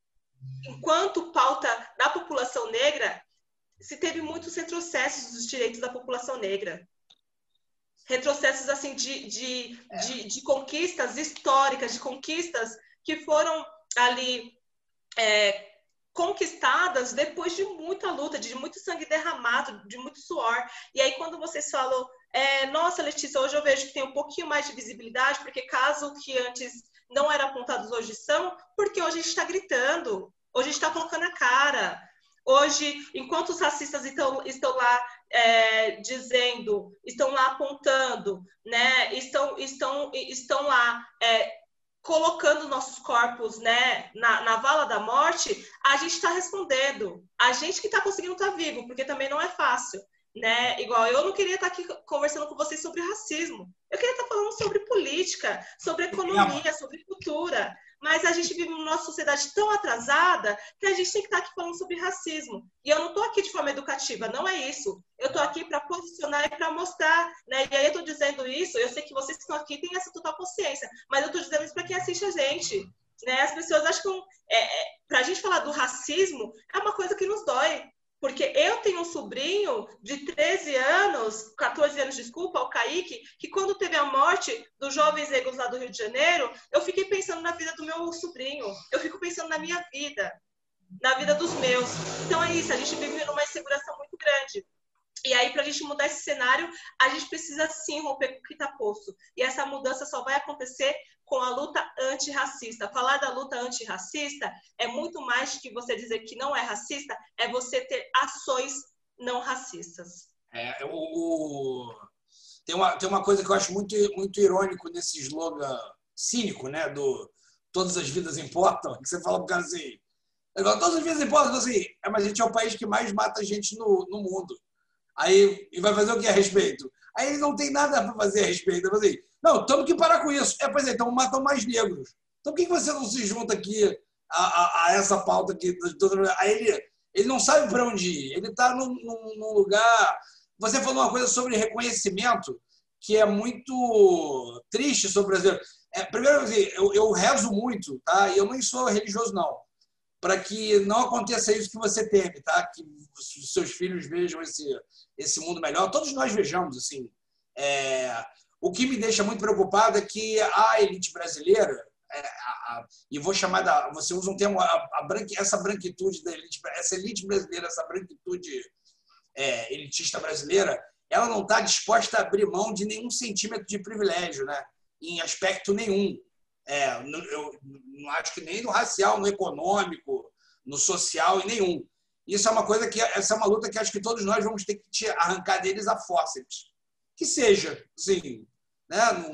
S3: Enquanto pauta da população negra, se teve muitos retrocessos dos direitos da população negra. Retrocessos assim, de, de, de, de conquistas históricas, de conquistas que foram ali é, conquistadas depois de muita luta, de muito sangue derramado, de muito suor. E aí, quando vocês falam, é, nossa, Letícia, hoje eu vejo que tem um pouquinho mais de visibilidade, porque caso que antes não eram apontados, hoje são, porque hoje a gente está gritando, hoje a gente está colocando a cara. Hoje, enquanto os racistas estão, estão lá é, dizendo, estão lá apontando, né, estão, estão, estão lá é, colocando nossos corpos, né, na, na vala da morte, a gente está respondendo. A gente que está conseguindo estar vivo, porque também não é fácil. né? Igual eu não queria estar aqui conversando com vocês sobre racismo. Eu queria estar falando sobre política, sobre economia, sobre cultura. Mas a gente vive numa sociedade tão atrasada que a gente tem que estar aqui falando sobre racismo. E eu não estou aqui de forma educativa, não é isso. Eu estou aqui para posicionar e para mostrar, né? E aí eu estou dizendo isso, eu sei que vocês que estão aqui têm essa total consciência, mas eu estou dizendo isso para quem assiste a gente. Né? As pessoas acham que é, é, para a gente falar do racismo é uma coisa que nos dói. Porque eu tenho um sobrinho de treze anos, quatorze anos, desculpa, o Kaique, que quando teve a morte dos jovens negros lá do Rio de Janeiro, eu fiquei pensando na vida do meu sobrinho, eu fico pensando na minha vida, na vida dos meus. Então é isso, a gente vive numa insegurança muito grande. E aí, para a gente mudar esse cenário, a gente precisa sim romper com o que está posto. E essa mudança só vai acontecer com a luta antirracista. Falar da luta antirracista é muito mais do que você dizer que não é racista, é você ter ações não racistas.
S1: É, o, o... Tem, uma, tem uma coisa que eu acho muito, muito irônico nesse slogan cínico, né? Do todas as vidas importam, que você fala pro cara assim, todas as vidas importam, assim, é, mas a gente é o país que mais mata gente no, no mundo. Aí, e vai fazer o que a respeito? Aí ele não tem nada para fazer a respeito. Assim, não, temos que parar com isso. É, pois é, então matam mais negros. Então por que você não se junta aqui a, a, a essa pauta aqui? Aí ele, ele não sabe para onde ir. Ele está num, num, num lugar... Você falou uma coisa sobre reconhecimento que é muito triste sobre o brasileiro. É, primeiro, assim, eu, eu rezo muito, tá? E eu nem sou religioso, não. Para que não aconteça isso que você teme, tá? Que os seus filhos vejam esse, esse mundo melhor. Todos nós vejamos, assim. É, o que me deixa muito preocupado é que a elite brasileira, é, a, a, e vou chamar da... Você usa um termo, a, a branque, essa branquitude da elite, essa elite brasileira, essa branquitude é, elitista brasileira, ela não está disposta a abrir mão de nenhum centímetro de privilégio, né? Em aspecto nenhum. É, eu não acho que nem no racial, no econômico, no social, em nenhum. Isso é uma coisa que essa é uma luta que acho que todos nós vamos ter que arrancar deles a fórceps. Que seja, sim, né? Não,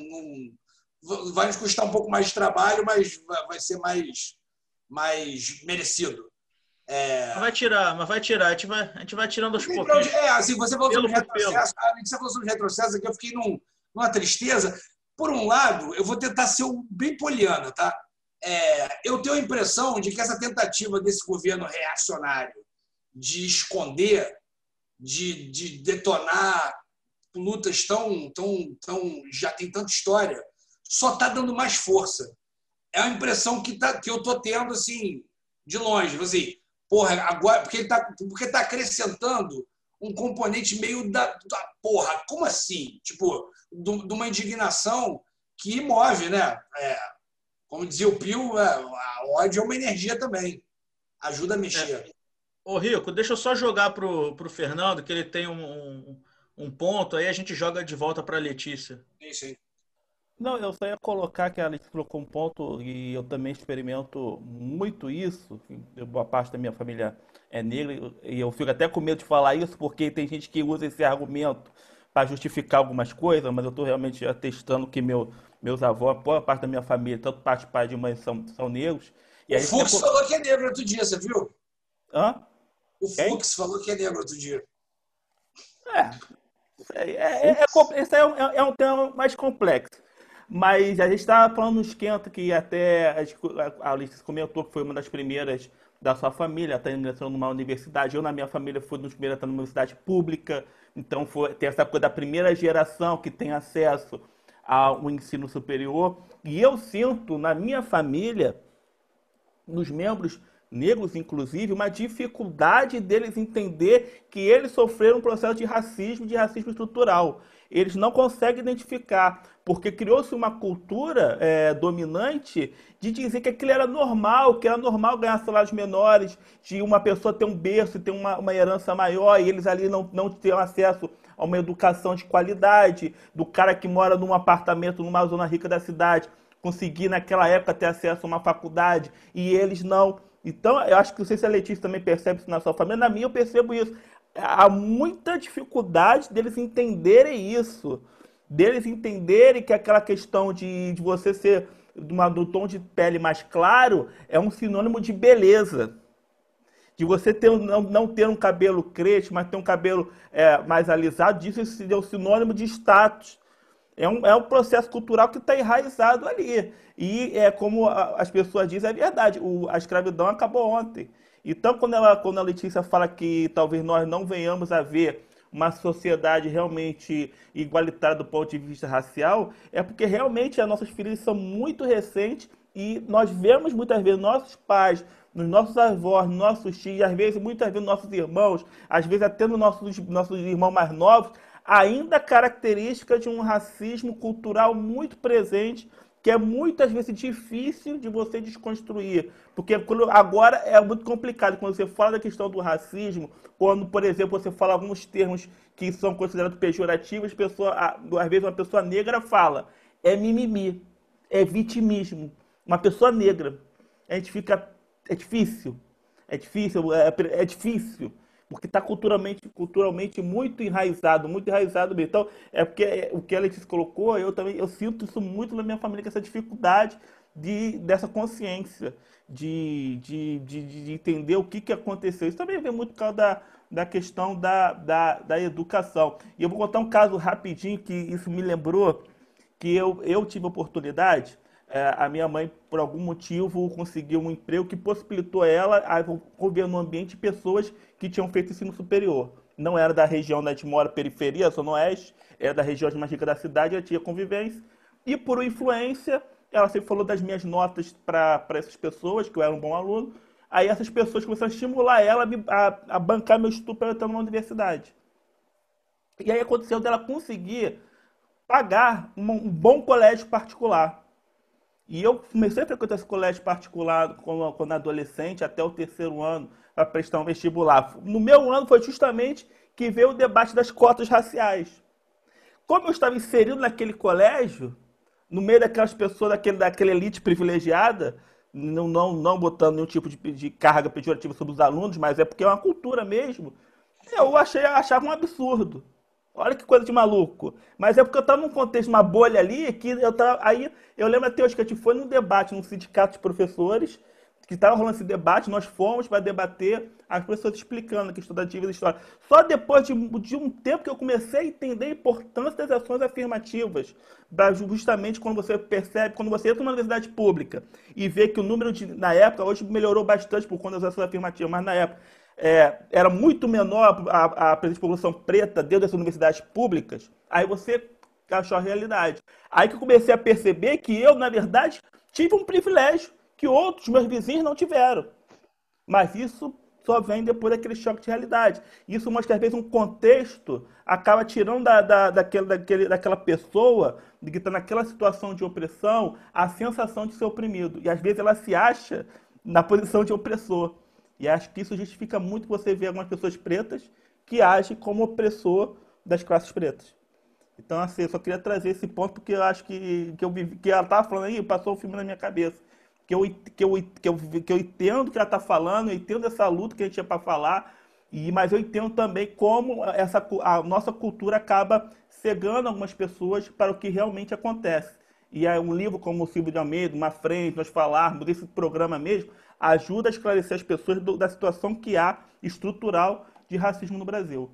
S1: não, vai nos custar um pouco mais de trabalho, mas vai ser mais, mais merecido. É...
S2: Vai tirar, mas vai tirar. A gente vai, a gente vai tirando aos pouquinhos.
S1: É, assim, você falou sobre retrocesso. Você falou sobre retrocesso aqui, eu fiquei num, numa tristeza. Por um lado, eu vou tentar ser bem poliana, tá? É, eu tenho a impressão de que essa tentativa desse governo reacionário de esconder, de, de detonar lutas tão, tão, tão... já tem tanta história, só está dando mais força. É a impressão que, tá, que eu estou tendo, assim, de longe. Assim, porra, agora... Porque está porque tá acrescentando um componente meio da, da... Porra, como assim? Tipo... de uma indignação que move, né? É, como dizia o Pio, é, a ódio é uma energia também. Ajuda a mexer.
S2: É. Ô, Rico, deixa eu só jogar pro, pro Fernando, que ele tem um, um, um ponto, aí a gente joga de volta para a Letícia.
S1: Sim, sim.
S4: Não, eu só ia colocar que a Letícia colocou um ponto, e eu também experimento muito isso. Boa parte da minha família é negra, e eu fico até com medo de falar isso, porque tem gente que usa esse argumento para justificar algumas coisas, mas eu estou realmente atestando que meu, meus avós, boa parte da minha família, tanto parte de pai e mãe, são, são negros. E
S1: o Fux sempre... falou que é negro outro dia, você viu?
S4: Hã?
S1: O Fux falou que é negro outro dia.
S4: É, é, é, é, é, esse é um, é um tema mais complexo. Mas a gente estava falando no esquenta que até a Alice comentou que foi uma das primeiras da sua família, está ingressando numa universidade. Eu, na minha família, fui dos primeiros a estar numa universidade pública. Então, foi, tem essa coisa da primeira geração que tem acesso ao ensino superior. E eu sinto, na minha família, nos membros negros, inclusive, uma dificuldade deles entender que eles sofreram um processo de racismo, de racismo estrutural. Eles não conseguem identificar, porque criou-se uma cultura é, dominante de dizer que aquilo era normal, que era normal ganhar salários menores, de uma pessoa ter um berço, ter uma, uma herança maior, e eles ali não, não ter acesso a uma educação de qualidade, do cara que mora num apartamento numa zona rica da cidade, conseguir naquela época ter acesso a uma faculdade, e eles não. Então, eu acho que, não sei se a Letícia também percebe isso na sua família, na minha eu percebo isso. Há muita dificuldade deles entenderem isso, deles entenderem que aquela questão de, de você ser de uma, do tom de pele mais claro é um sinônimo de beleza, De você ter, não, não ter um cabelo crespo, mas ter um cabelo é, mais alisado, disso é um sinônimo de status. É um, é um processo cultural que está enraizado ali. E é como a, as pessoas dizem, é verdade, o, a escravidão acabou ontem. Então, quando, ela, quando a Letícia fala que talvez nós não venhamos a ver uma sociedade realmente igualitária do ponto de vista racial, é porque realmente as nossas feridas são muito recentes e nós vemos muitas vezes nossos pais, nos nossos avós, nos nossos tios, às vezes, muitas vezes, nos nossos irmãos, às vezes até nos nossos, nossos irmãos mais novos, ainda característica de um racismo cultural muito presente, que é muitas vezes difícil de você desconstruir. Porque agora é muito complicado quando você fala da questão do racismo, quando, por exemplo, você fala alguns termos que são considerados pejorativos, pessoa, às vezes uma pessoa negra fala, é mimimi, é vitimismo. Uma pessoa negra. A gente fica... É difícil. É difícil, é, é difícil. Porque está culturalmente, culturalmente muito enraizado, muito enraizado mesmo. Então, é porque o que a Letícia colocou, eu também eu sinto isso muito na minha família, que essa dificuldade de, dessa consciência, de, de, de, de entender o que, que aconteceu. Isso também vem muito por causa da, da questão da, da, da educação. E eu vou contar um caso rapidinho, que isso me lembrou, que eu, eu tive a oportunidade... É, a minha mãe, por algum motivo, conseguiu um emprego que possibilitou ela a conviver num ambiente de pessoas que tinham feito ensino superior. Não era da região onde a gente mora, periferia, zona oeste, era da região mais rica da cidade, ela tinha convivência. E por influência, ela sempre falou das minhas notas para essas pessoas, que eu era um bom aluno. Aí essas pessoas começaram a estimular ela a, a bancar meu estudo para eu entrar numa universidade. E aí aconteceu dela conseguir pagar um, um bom colégio particular. E eu comecei a frequentar esse colégio particular quando, quando adolescente, até o terceiro ano, para prestar um vestibular. No meu ano foi justamente que veio o debate das cotas raciais. Como eu estava inserido naquele colégio, no meio daquelas pessoas, daquele, daquela elite privilegiada, não, não, não botando nenhum tipo de, de carga pejorativa sobre os alunos, mas é porque é uma cultura mesmo, eu achei, achava um absurdo. Olha que coisa de maluco. Mas é porque eu estava num contexto, uma bolha ali, que eu tava, aí eu lembro até hoje que a gente foi num debate, num sindicato de professores, que estava rolando esse debate, nós fomos para debater, as pessoas explicando a questão da dívida histórica. Só depois de, de um tempo que eu comecei a entender a importância das ações afirmativas, justamente quando você percebe, quando você entra numa universidade pública e vê que o número de, na época, hoje melhorou bastante por conta das ações afirmativas, mas na época, É, era muito menor a, a presença de população preta dentro das universidades públicas, aí você achou a realidade. Aí que eu comecei a perceber que eu, na verdade, tive um privilégio que outros meus vizinhos não tiveram. Mas isso só vem depois daquele choque de realidade. Isso mostra que, às vezes, um contexto acaba tirando da, da, daquele, daquele, daquela pessoa que está naquela situação de opressão a sensação de ser oprimido. E, às vezes, ela se acha na posição de opressor. E acho que isso justifica muito você ver algumas pessoas pretas que agem como opressor das classes pretas. Então, assim, eu só queria trazer esse ponto porque eu acho que, que, eu vivi, que ela estava falando aí, passou o filme na minha cabeça. Que eu, que eu, que eu, que eu entendo o que ela está falando, eu entendo essa luta que a gente tinha para falar, e, mas eu entendo também como essa, a nossa cultura acaba cegando algumas pessoas para o que realmente acontece. E é um livro como o Silvio de Almeida, Uma Frente, nós falarmos desse programa mesmo, ajuda a esclarecer as pessoas do, da situação que há estrutural de racismo no Brasil.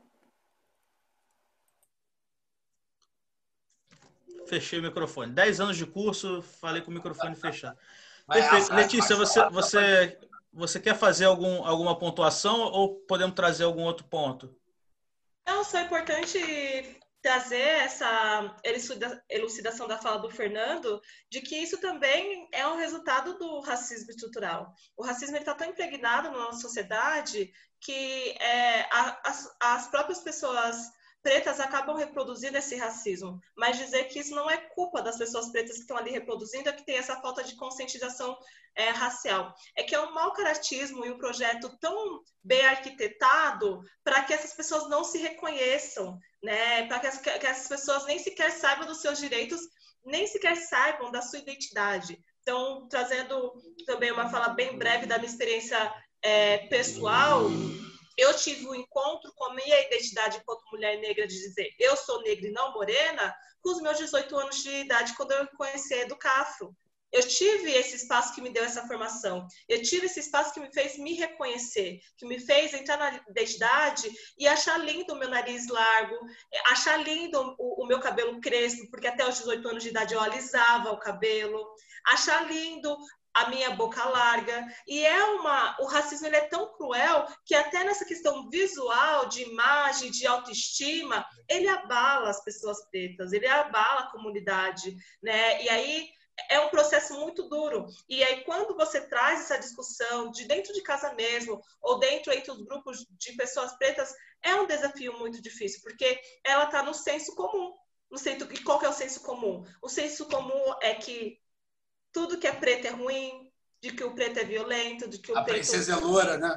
S2: Fechei o microfone. Dez anos de curso, falei com o microfone fechado. Perfeito. Letícia, você, você, você quer fazer algum, alguma pontuação ou podemos trazer algum outro ponto?
S3: Não, só é importante trazer essa elucidação da fala do Fernando, de que isso também é um resultado do racismo estrutural. O racismo está tão impregnado na nossa sociedade que é, a, as, as próprias pessoas pretas acabam reproduzindo esse racismo, mas dizer que isso não é culpa das pessoas pretas que estão ali reproduzindo é que tem essa falta de conscientização é, racial. É que é um mau caratismo e um projeto tão bem arquitetado para que essas pessoas não se reconheçam, né? Para que, as, que essas pessoas nem sequer saibam dos seus direitos, nem sequer saibam da sua identidade. Então, trazendo também uma fala bem breve da minha experiência é, pessoal, eu tive um encontro com a minha identidade enquanto mulher negra, de dizer eu sou negra e não morena, com os meus dezoito anos de idade, quando eu conheci a Educafro. Eu tive esse espaço que me deu essa formação. Eu tive esse espaço que me fez me reconhecer, que me fez entrar na identidade e achar lindo o meu nariz largo, achar lindo o, o meu cabelo crespo, porque até os dezoito anos de idade eu alisava o cabelo, achar lindo a minha boca larga. E é uma, o racismo ele é tão cruel que até nessa questão visual, de imagem, de autoestima, ele abala as pessoas pretas, ele abala a comunidade, né? E aí é um processo muito duro. E aí, quando você traz essa discussão de dentro de casa mesmo, ou dentro entre os grupos de pessoas pretas, é um desafio muito difícil, porque ela está no senso comum. No senso, e qual que é o senso comum? O senso comum é que tudo que é preto é ruim, de que o preto é violento, de que o
S1: a
S3: preto...
S1: princesa é loura, né?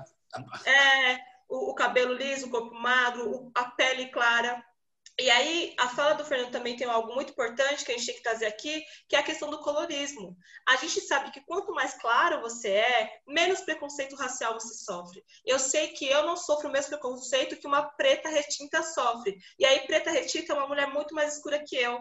S3: É, o, o cabelo liso, o corpo magro, a pele clara. E aí, a fala do Fernando também tem algo muito importante que a gente tem que trazer aqui, que é a questão do colorismo. A gente sabe que quanto mais claro você é, menos preconceito racial você sofre. Eu sei que eu não sofro o mesmo preconceito que uma preta retinta sofre. E aí, preta retinta é uma mulher muito mais escura que eu,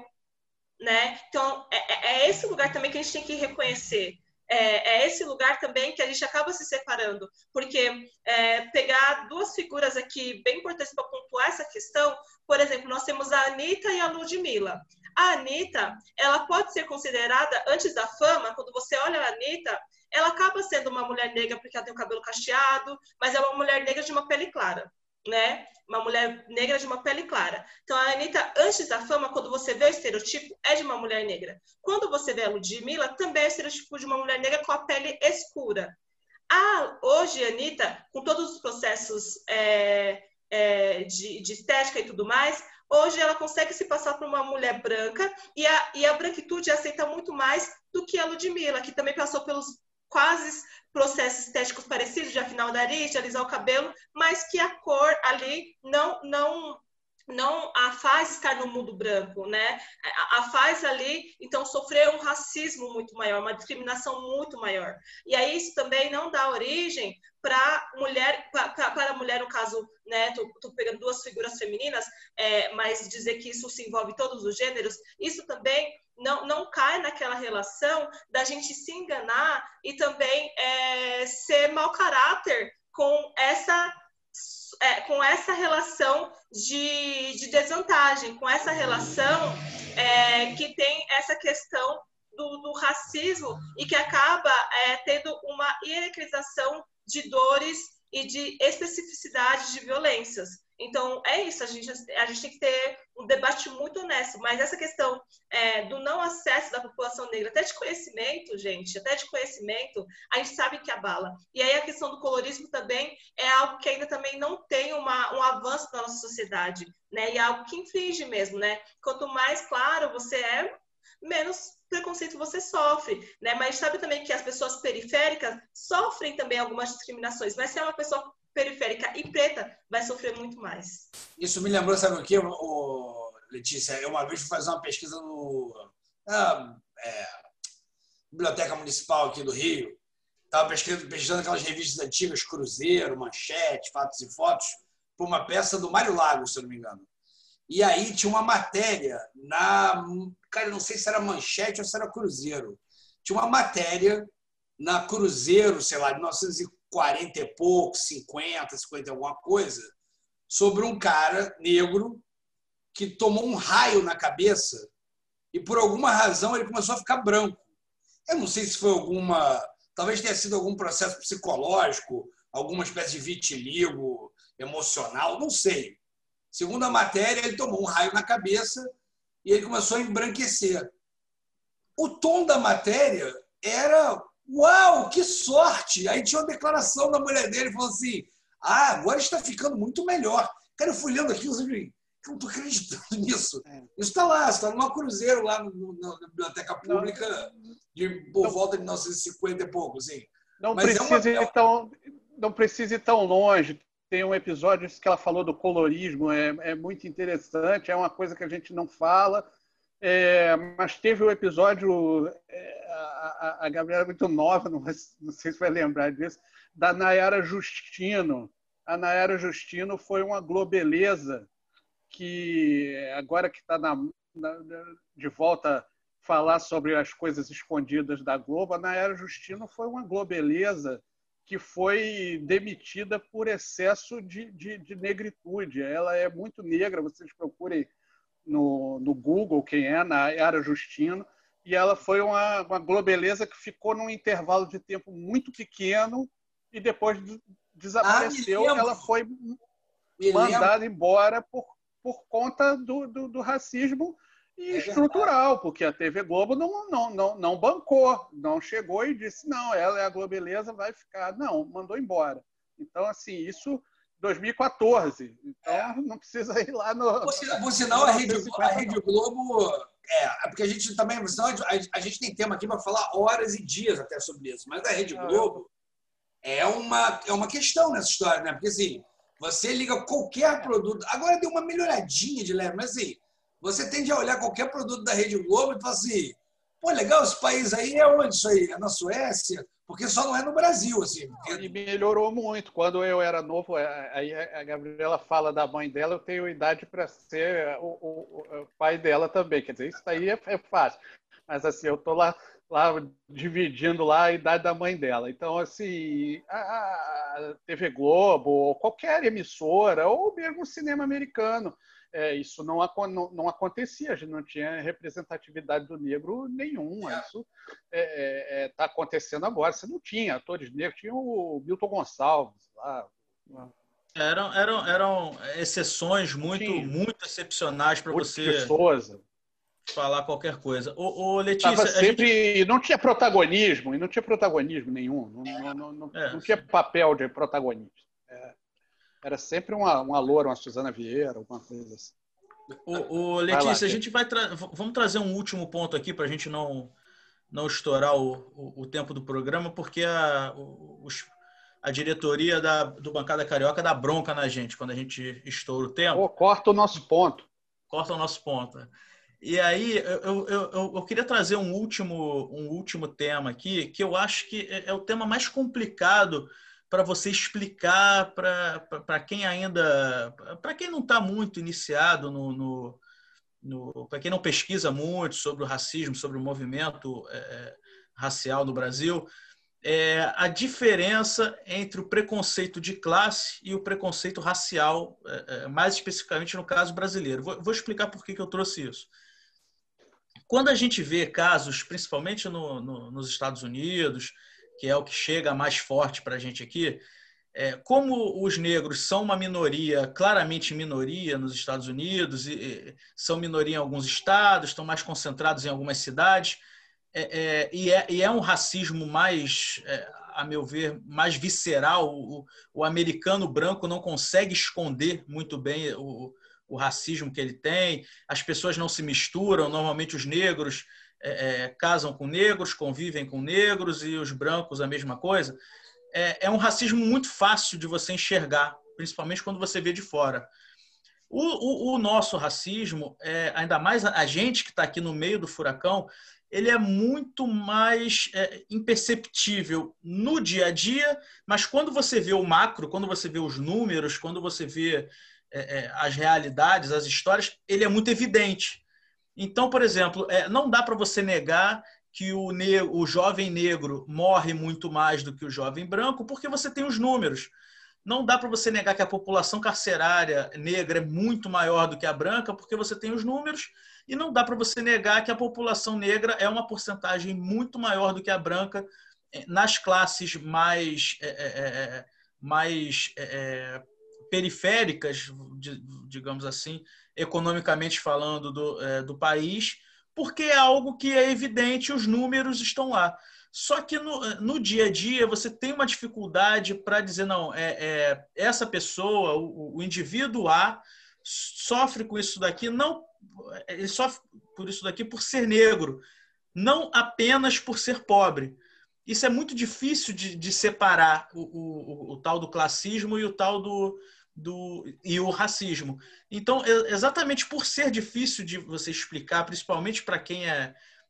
S3: né? Então, é, é esse lugar também que a gente tem que reconhecer. É, é esse lugar também que a gente acaba se separando, porque é, pegar duas figuras aqui bem importantes para pontuar essa questão, por exemplo, nós temos a Anitta e a Ludmilla. A Anitta, ela pode ser considerada, antes da fama, quando você olha a Anitta, ela acaba sendo uma mulher negra porque ela tem o cabelo cacheado, mas é uma mulher negra de uma pele clara, né? Uma mulher negra de uma pele clara. Então, a Anitta, antes da fama, quando você vê o estereotipo, é de uma mulher negra. Quando você vê a Ludmilla, também é o estereotipo de uma mulher negra com a pele escura. Ah, hoje, a Anitta, com todos os processos é, é, de, de estética e tudo mais, hoje ela consegue se passar por uma mulher branca e a, e a branquitude aceita muito mais do que a Ludmilla, que também passou pelos quase processos estéticos parecidos, de afinar o nariz, de alisar o cabelo, mas que a cor ali não, não, não a faz estar no mundo branco, né? A, a faz ali, então, sofrer um racismo muito maior, uma discriminação muito maior. E aí isso também não dá origem para mulher, para a mulher, no caso, né? Tô, tô pegando duas figuras femininas, é, mas dizer que isso se envolve em todos os gêneros, isso também Não, não cai naquela relação da gente se enganar e também é, ser mau caráter com essa, é, com essa relação de, de desvantagem, com essa relação é, que tem essa questão do, do racismo e que acaba é, tendo uma hierarquização de dores e de especificidade de violências. Então, é isso, a gente, a gente tem que ter um debate muito honesto, mas essa questão é, do não acesso da população negra, até de conhecimento, gente, até de conhecimento, a gente sabe que abala. E aí a questão do colorismo também é algo que ainda também não tem uma, um avanço na nossa sociedade, né? E é algo que inflige mesmo, né? Quanto mais claro você é, menos preconceito você sofre, né? Mas sabe também que as pessoas periféricas sofrem também algumas discriminações, mas se é uma pessoa periférica e preta, vai sofrer muito mais.
S1: Isso me lembrou, sabe o quê, o, Letícia? Eu uma vez fui fazer uma pesquisa no na, é, Biblioteca Municipal aqui do Rio. Estava pesquisando, pesquisando aquelas revistas antigas, Cruzeiro, Manchete, Fatos e Fotos, por uma peça do Mário Lago, se eu não me engano. E aí tinha uma matéria na... Cara, não sei se era Manchete ou se era Cruzeiro. Tinha uma matéria na Cruzeiro, sei lá, de mil novecentos e quarenta e pouco, cinquenta, cinquenta e alguma coisa, sobre um cara negro que tomou um raio na cabeça e, por alguma razão, ele começou a ficar branco. Eu não sei se foi alguma... Talvez tenha sido algum processo psicológico, alguma espécie de vitiligo emocional, não sei. Segundo a matéria, ele tomou um raio na cabeça e ele começou a embranquecer. O tom da matéria era: uau, que sorte! Aí tinha uma declaração da mulher dele, falou assim: ah, agora está ficando muito melhor. Cara, eu fui lendo aquilo e falei: eu não estou acreditando nisso. É. Isso está lá, está numa Cruzeiro, lá no, no, na Biblioteca Pública, de, por não, volta de mil novecentos e cinquenta e pouco. Assim.
S5: Não, precisa é uma... ir tão, não precisa ir tão longe. Tem um episódio que ela falou do colorismo, é, é muito interessante, é uma coisa que a gente não fala, é, mas teve o um episódio, é, a, a Gabriela é muito nova, não, não sei se vai lembrar disso, da Nayara Justino. A Nayara Justino foi uma globeleza que agora que está na, na, de volta falar sobre as coisas escondidas da Globo, a Nayara Justino foi uma globeleza que foi demitida por excesso de, de, de negritude. Ela é muito negra, vocês procurem no, no Google quem é Nayara Justino, e ela foi uma, uma globeleza que ficou num intervalo de tempo muito pequeno e depois desapareceu. Ah, ela foi me mandada lembro. embora por, por conta do, do, do racismo e é estrutural, verdade. Porque a T V Globo não, não, não, não bancou, não chegou e disse, não, ela é a globeleza, vai ficar. Não, mandou embora. Então, assim, isso dois mil e quatorze. Então, é. não precisa ir lá no...
S1: Por sinal, a Rede, a Rede Globo... É, porque a gente também... A gente tem tema aqui para falar horas e dias até sobre isso, mas a Rede Globo é uma, é uma questão nessa história, né? Porque, assim, você liga qualquer produto... Agora deu uma melhoradinha de leve, mas, assim, você tende a olhar qualquer produto da Rede Globo e falar assim, pô, legal, esse país aí é onde isso aí? É na Suécia? Porque só não é no Brasil, assim. Porque...
S5: E melhorou muito. Quando eu era novo, aí a Gabriela fala da mãe dela, eu tenho idade para ser o, o, o pai dela também. Quer dizer, isso daí é, é fácil. Mas, assim, eu estou lá, lá dividindo lá a idade da mãe dela. Então, assim, a T V Globo, ou qualquer emissora, ou mesmo o cinema americano, É, isso não, não, não acontecia, a gente não tinha representatividade do negro nenhuma. Isso está é, é, tá acontecendo agora. Você não tinha atores negros, tinha o Milton Gonçalves lá.
S2: Eram, eram, eram exceções muito, muito excepcionais para você
S5: Souza.
S2: falar qualquer coisa. Ô, ô Letícia,
S5: Tava sempre,
S2: a gente...
S5: não tinha protagonismo, e não tinha protagonismo nenhum, não, não, não, é. não tinha papel de protagonista. É. Era sempre uma, uma loura, uma Suzana Vieira, alguma coisa assim.
S2: O, o Letícia, lá, a gente vai tra... vamos trazer um último ponto aqui para a gente não, não estourar o, o, o tempo do programa, porque a, os, a diretoria da, do Bancada Carioca dá bronca na gente quando a gente estoura o tempo.
S5: Oh, corta o nosso ponto.
S2: Corta o nosso ponto. E aí, eu, eu, eu, eu queria trazer um último, um último tema aqui, que eu acho que é, é o tema mais complicado para você explicar para quem ainda, para quem não está muito iniciado, no, no, no, para quem não pesquisa muito sobre o racismo, sobre o movimento é, racial no Brasil, é a diferença entre o preconceito de classe e o preconceito racial, é, mais especificamente no caso brasileiro. Vou, vou explicar por que, que eu trouxe isso. Quando a gente vê casos, principalmente no, no, nos Estados Unidos, que é o que chega mais forte para a gente aqui, é, como os negros são uma minoria, claramente minoria nos Estados Unidos, e, e são minoria em alguns estados, estão mais concentrados em algumas cidades, é, é, e, é, e é um racismo mais, é, a meu ver, mais visceral. O, o americano branco não consegue esconder muito bem o, o racismo que ele tem, as pessoas não se misturam, normalmente os negros É, é, casam com negros, convivem com negros, e os brancos a mesma coisa. É, é um racismo muito fácil de você enxergar, principalmente quando você vê de fora. O, o, o nosso racismo, é, ainda mais a, a gente que está aqui no meio do furacão, ele é muito mais é, imperceptível no dia a dia, mas quando você vê o macro, quando você vê os números, quando você vê é, é, as realidades, as histórias, ele é muito evidente. Então, por exemplo, não dá para você negar que o, negro, o jovem negro morre muito mais do que o jovem branco, porque você tem os números. Não dá para você negar que a população carcerária negra é muito maior do que a branca, porque você tem os números. E não dá para você negar que a população negra é uma porcentagem muito maior do que a branca nas classes mais, é, é, mais é, periféricas, digamos assim, economicamente falando, do, é, do país, porque é algo que é evidente, os números estão lá. Só que no, no dia a dia você tem uma dificuldade para dizer, não, é, é, essa pessoa, o, o indivíduo A, sofre com isso daqui, não, ele sofre por isso daqui por ser negro, não apenas por ser pobre. Isso é muito difícil de, de separar o, o, o tal do classismo e o tal do, do e o racismo. Então, exatamente por ser difícil de você explicar, principalmente para quem é,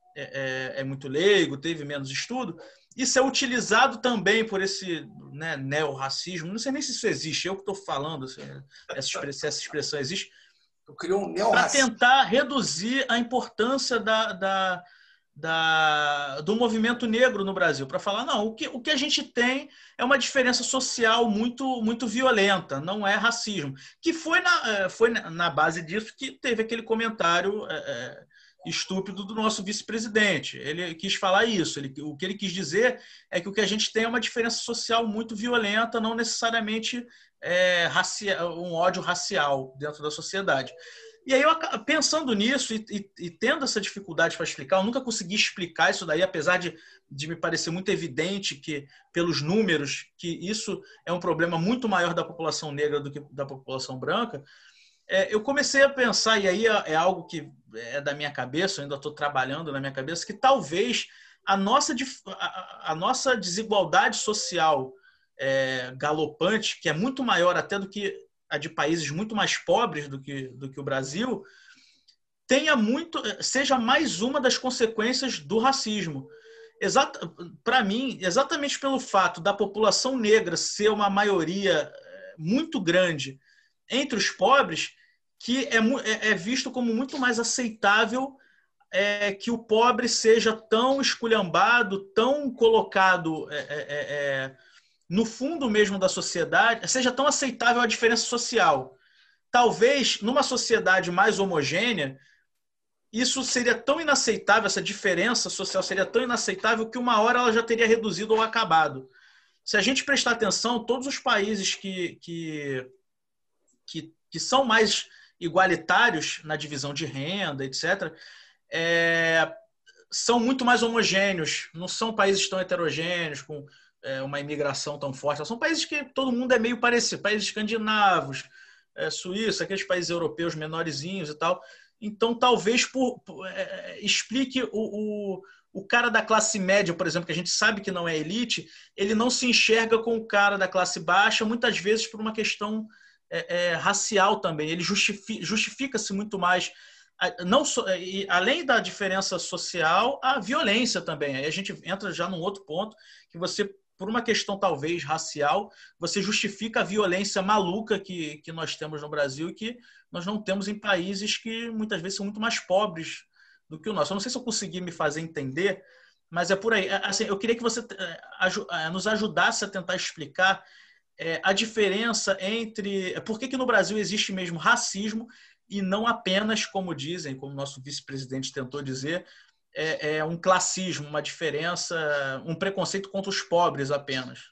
S2: é, é muito leigo, teve menos estudo, isso é utilizado também por esse, né, neo-racismo. Não sei nem se isso existe, eu que estou falando, se essa expressão, essa expressão existe,
S1: um
S2: para tentar reduzir a importância da, da, da, do movimento negro no Brasil, para falar, não, o que, o que a gente tem é uma diferença social muito, muito violenta, não é racismo. Que foi na, foi na base disso que teve aquele comentário é, estúpido do nosso vice-presidente. Ele quis falar isso. Ele, o que ele quis dizer é que o que a gente tem é uma diferença social muito violenta, não necessariamente é, racial, um ódio racial dentro da sociedade. E aí, eu, pensando nisso e, e, e tendo essa dificuldade para explicar, eu nunca consegui explicar isso daí, apesar de, de me parecer muito evidente que, pelos números, que isso é um problema muito maior da população negra do que da população branca. É, eu comecei a pensar, e aí é, é algo que é da minha cabeça, eu ainda estou trabalhando na minha cabeça, que talvez a nossa, a, a nossa desigualdade social é, galopante, que é muito maior até do que a de países muito mais pobres do que, do que o Brasil, tenha muito, seja mais uma das consequências do racismo. Para mim, exatamente pelo fato da população negra ser uma maioria muito grande entre os pobres, que é, é visto como muito mais aceitável é, que o pobre seja tão esculhambado, tão colocado é, é, é, no fundo mesmo da sociedade, seja tão aceitável a diferença social. Talvez, numa sociedade mais homogênea, isso seria tão inaceitável, essa diferença social seria tão inaceitável que uma hora ela já teria reduzido ou acabado. Se a gente prestar atenção, todos os países que, que, que, que são mais igualitários na divisão de renda, etcétera, é, são muito mais homogêneos, não são países tão heterogêneos, com é, uma imigração tão forte. São países que todo mundo é meio parecido, países escandinavos, é, Suíça, aqueles países europeus menorzinhos e tal. Então, talvez por, por, é, explique o, o, o cara da classe média, por exemplo, que a gente sabe que não é elite, ele não se enxerga com o cara da classe baixa, muitas vezes por uma questão é, é, racial também. Ele justifica, justifica-se muito mais, não só, e, além da diferença social, a violência também. Aí a gente entra já num outro ponto, que você, por uma questão talvez racial, você justifica a violência maluca que, que nós temos no Brasil e que nós não temos em países que muitas vezes são muito mais pobres do que o nosso. Eu não sei se eu consegui me fazer entender, mas é por aí. Assim, eu queria que você nos ajudasse a tentar explicar é, a diferença entre... Por que que no Brasil existe mesmo racismo e não apenas, como dizem, como o nosso vice-presidente tentou dizer, é, é um classismo, uma diferença, um preconceito contra os pobres apenas.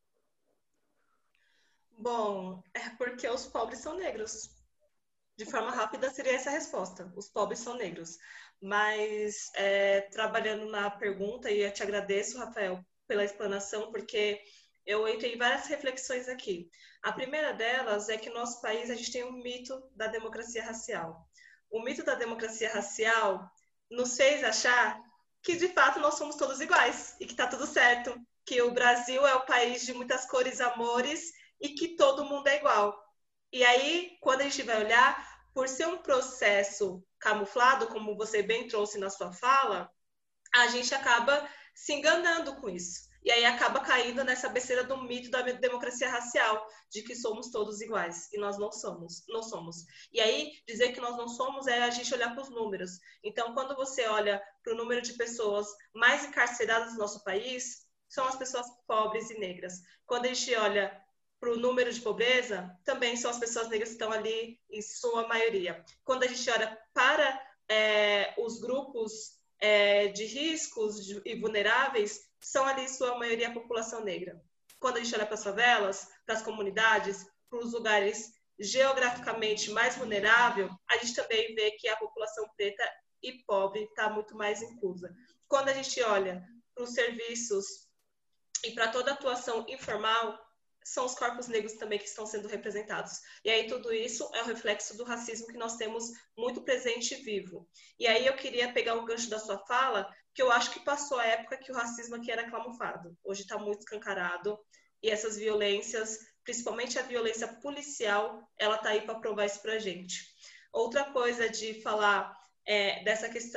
S3: Bom, é porque os pobres são negros. De forma rápida seria essa a resposta. Os pobres são negros. Mas, é, trabalhando na pergunta, e eu te agradeço, Rafael, pela explanação, porque eu entrei em várias reflexões aqui. A primeira delas é que no nosso país a gente tem um mito da democracia racial. O mito da democracia racial nos fez achar que, de fato, nós somos todos iguais e que está tudo certo, que o Brasil é o país de muitas cores e amores e que todo mundo é igual. E aí, quando a gente vai olhar, por ser um processo camuflado, como você bem trouxe na sua fala, a gente acaba se enganando com isso. E aí acaba caindo nessa besteira do mito da democracia racial, de que somos todos iguais. E nós não somos, não somos. E aí, dizer que nós não somos é a gente olhar para os números. Então, quando você olha para o número de pessoas mais encarceradas no nosso país, são as pessoas pobres e negras. Quando a gente olha para o número de pobreza, também são as pessoas negras que estão ali em sua maioria. Quando a gente olha para é, os grupos é, de riscos de, e vulneráveis, são ali, em sua maioria, a população negra. Quando a gente olha para as favelas, para as comunidades, para os lugares geograficamente mais vulneráveis, a gente também vê que a população preta e pobre está muito mais inclusa. Quando a gente olha para os serviços e para toda a atuação informal, são os corpos negros também que estão sendo representados. E aí tudo isso é o reflexo do racismo que nós temos muito presente e vivo. E aí eu queria pegar um gancho da sua fala, que eu acho que passou a época que o racismo aqui era camuflado. Hoje está muito escancarado e essas violências, principalmente a violência policial, ela está aí para provar isso para a gente. Outra coisa de falar é, dessa questão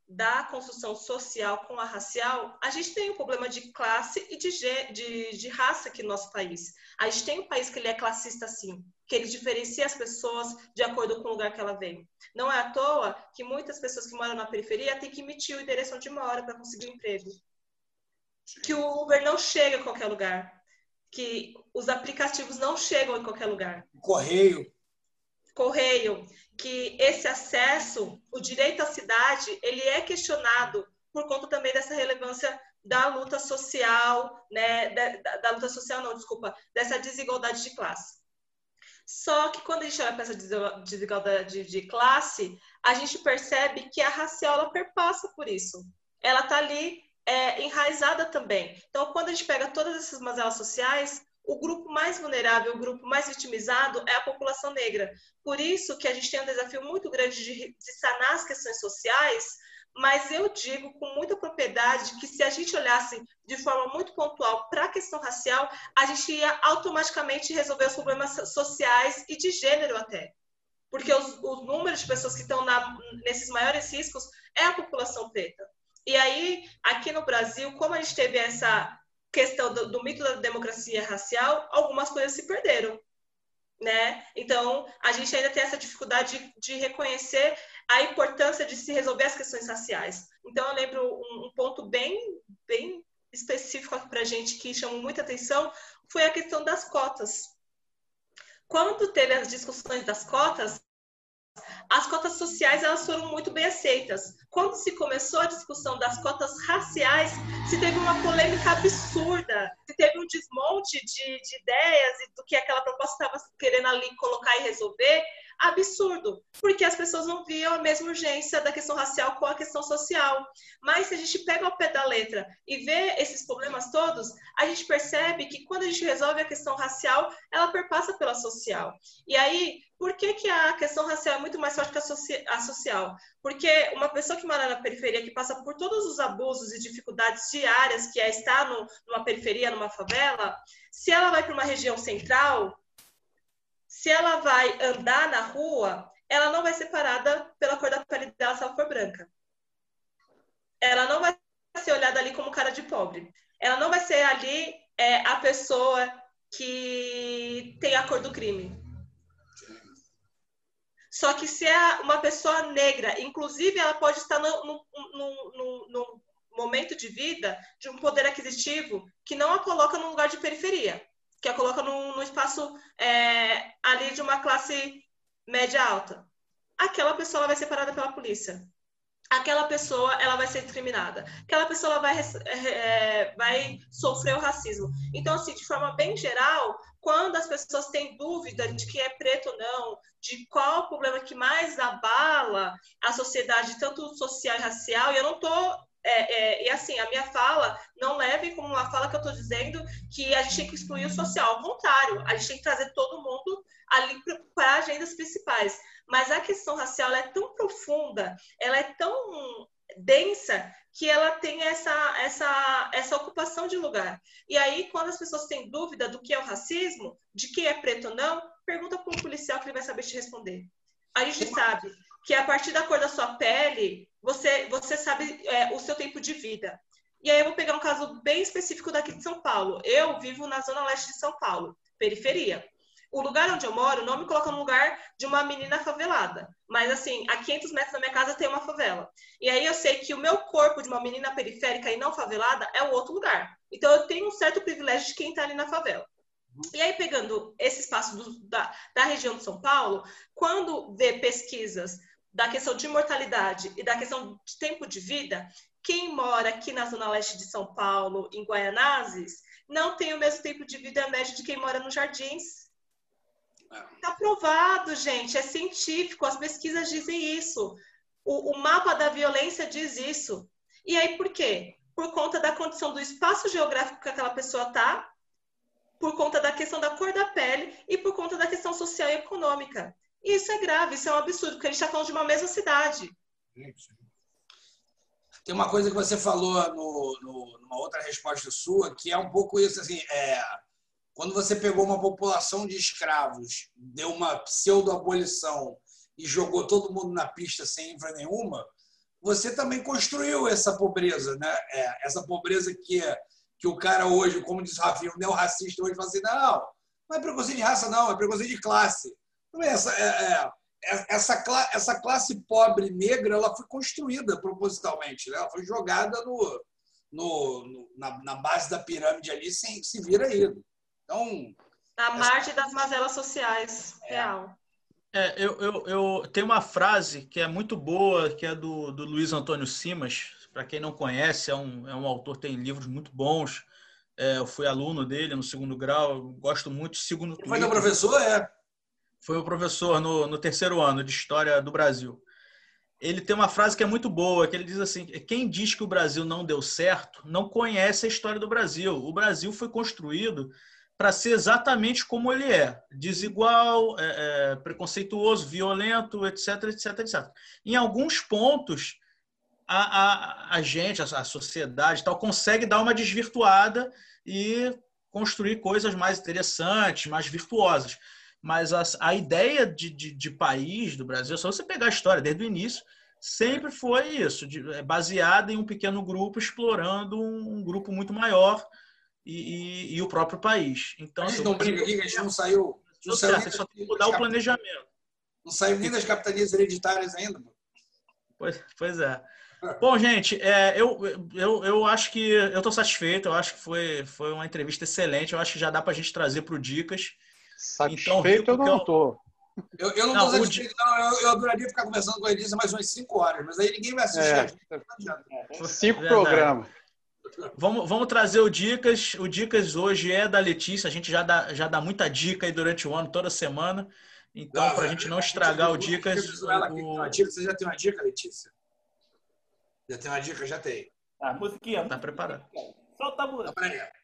S3: da construção social com a racial, a gente tem um problema de classe e de, de, de raça aqui no nosso país. A gente tem um país que ele é classista, sim, que ele diferencia as pessoas de acordo com o lugar que ela vem. Não é à toa que muitas pessoas que moram na periferia têm que emitir o endereço onde mora para conseguir um emprego. Que o Uber não chega a qualquer lugar. Que os aplicativos não chegam em qualquer lugar.
S1: Correio.
S3: Correio. Que esse acesso, o direito à cidade, ele é questionado por conta também dessa relevância da luta social, né? Da, da, da luta social, não, desculpa, dessa desigualdade de classe. Só que quando a gente olha para essa desigualdade de classe, a gente percebe que a racial ela perpassa por isso. Ela está ali é, enraizada também. Então, quando a gente pega todas essas mazelas sociais, o grupo mais vulnerável, o grupo mais vitimizado é a população negra. Por isso que a gente tem um desafio muito grande de, de sanar as questões sociais, mas eu digo com muita propriedade que se a gente olhasse de forma muito pontual para a questão racial, a gente ia automaticamente resolver os problemas sociais e de gênero até. Porque os, os números de pessoas que estão na, nesses maiores riscos é a população preta. E aí, aqui no Brasil, como a gente teve essa questão do, do mito da democracia racial, algumas coisas se perderam. Né? Então, a gente ainda tem essa dificuldade de, de reconhecer a importância de se resolver as questões raciais. Então, eu lembro um, um ponto bem, bem específico para a gente que chamou muita atenção, foi a questão das cotas. Quando teve as discussões das cotas, as cotas sociais elas foram muito bem aceitas. Quando se começou a discussão das cotas raciais, se teve uma polêmica absurda, se teve um desmonte de, de ideias e do que aquela proposta estava querendo ali colocar e resolver, absurdo, porque as pessoas não viam a mesma urgência da questão racial com a questão social. Mas se a gente pega ao pé da letra e vê esses problemas todos, a gente percebe que quando a gente resolve a questão racial, ela perpassa pela social. E aí, por que que a questão racial é muito mais forte que a social? Porque uma pessoa que mora na periferia, que passa por todos os abusos e dificuldades diárias que é estar no, numa periferia, numa favela, se ela vai para uma região central, se ela vai andar na rua, ela não vai ser parada pela cor da pele dela se ela for branca. Ela não vai ser olhada ali como cara de pobre. Ela não vai ser ali é, a pessoa que tem a cor do crime. Só que se é uma pessoa negra, inclusive ela pode estar no, no, no, no, no momento de vida de um poder aquisitivo que não a coloca num lugar de periferia, que a coloca num, num espaço é, ali de uma classe média alta. Aquela pessoa ela vai ser parada pela polícia. Aquela pessoa ela vai ser discriminada. Aquela pessoa ela vai, é, vai sofrer o racismo. Então, assim, de forma bem geral, quando as pessoas têm dúvida de que é preto ou não, de qual o problema que mais abala a sociedade, tanto social e racial, e eu não estou... É, é, e assim, a minha fala, não leve como uma fala que eu estou dizendo que a gente tem que excluir o social. Ao contrário, a gente tem que trazer todo mundo ali para agendas principais. Mas a questão racial ela é tão profunda, ela é tão densa, que ela tem essa, essa, essa ocupação de lugar. E aí, quando as pessoas têm dúvida do que é o racismo, de quem é preto ou não, pergunta para um policial que ele vai saber te responder. A gente sabe que a partir da cor da sua pele, você, você sabe é, o seu tempo de vida. E aí eu vou pegar um caso bem específico daqui de São Paulo. Eu vivo na zona leste de São Paulo, periferia. O lugar onde eu moro não me coloca no lugar de uma menina favelada. Mas, assim, a quinhentos metros da minha casa tem uma favela. E aí eu sei que o meu corpo de uma menina periférica e não favelada é o outro lugar. Então, eu tenho um certo privilégio de quem está ali na favela. E aí, pegando esse espaço do, da, da região de São Paulo, quando vê pesquisas da questão de mortalidade e da questão de tempo de vida, quem mora aqui na zona leste de São Paulo, em Guaianazes, não tem o mesmo tempo de vida médio de quem mora nos Jardins. Está provado, gente, é científico, as pesquisas dizem isso. O, o mapa da violência diz isso. E aí, por quê? Por conta da condição do espaço geográfico que aquela pessoa está, por conta da questão da cor da pele e por conta da questão social e econômica. E isso é grave, isso é um absurdo, porque a gente está falando de uma mesma cidade.
S1: Tem uma coisa que você falou no, no, numa outra resposta sua, que é um pouco isso, assim, é, quando você pegou uma população de escravos, deu uma pseudo-abolição e jogou todo mundo na pista sem infra nenhuma, você também construiu essa pobreza, né? É, essa pobreza que, que o cara hoje, como diz o Rafinha, o neorracista hoje fala assim, não, não é preconceito de raça, não, é preconceito de classe. Essa, é, é, essa, essa classe pobre negra ela foi construída propositalmente, né? Ela foi jogada no, no, no, na, na base da pirâmide ali, sem se vira aí. Então,
S3: a margem das mazelas sociais, é. real.
S2: É, eu, eu, eu tenho uma frase que é muito boa, que é do, do Luiz Antônio Simas. Para quem não conhece, é um, é um autor, tem livros muito bons. É, eu fui aluno dele no segundo grau, eu gosto muito, sigo no Twitter.
S1: Foi o professor, é?
S2: Foi o professor no, no terceiro ano de História do Brasil. Ele tem uma frase que é muito boa, que ele diz assim, quem diz que o Brasil não deu certo, não conhece a história do Brasil. O Brasil foi construído para ser exatamente como ele é, desigual, é, é, preconceituoso, violento, etc, etc, etcétera. Em alguns pontos, a, a, a gente, a, a sociedade, tal, consegue dar uma desvirtuada e construir coisas mais interessantes, mais virtuosas. Mas a, a ideia de, de, de país do Brasil, só você pegar a história desde o início, sempre foi isso, de, baseada em um pequeno grupo explorando um, um grupo muito maior, E, e, e o próprio país. Então,
S1: a gente não briga aqui, que a gente não saiu. Não saiu
S2: certo, só tem que mudar o planejamento.
S1: Não saiu nem das capitanias hereditárias ainda.
S2: Pois, pois é. Bom, gente, é, eu, eu, eu acho que eu estou satisfeito. Eu acho que foi, foi uma entrevista excelente. Eu acho que já dá para a gente trazer para o Dicas.
S5: Satisfeito então, eu não estou.
S1: Eu, eu não estou satisfeito, não. Eu, eu adoraria ficar conversando com a Elisa mais umas cinco horas, mas aí ninguém vai assistir.
S5: É,
S1: a gente.
S5: Cinco programas.
S2: Vamos, vamos trazer o Dicas. O Dicas hoje é da Letícia. A gente já dá, já dá muita dica aí durante o ano, toda semana. Então, para a gente não estragar o Dicas... O...
S1: A dica, você já tem uma dica, Letícia? Já tem uma dica? Já tem.
S4: Ah, musiquinha.
S2: Tá preparado.
S4: Solta a música.
S1: Tá, peraí.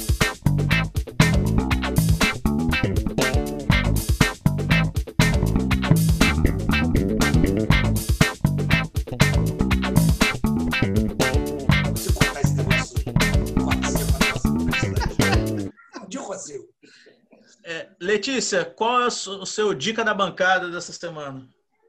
S2: É, Letícia, qual é o seu dica da bancada dessa semana?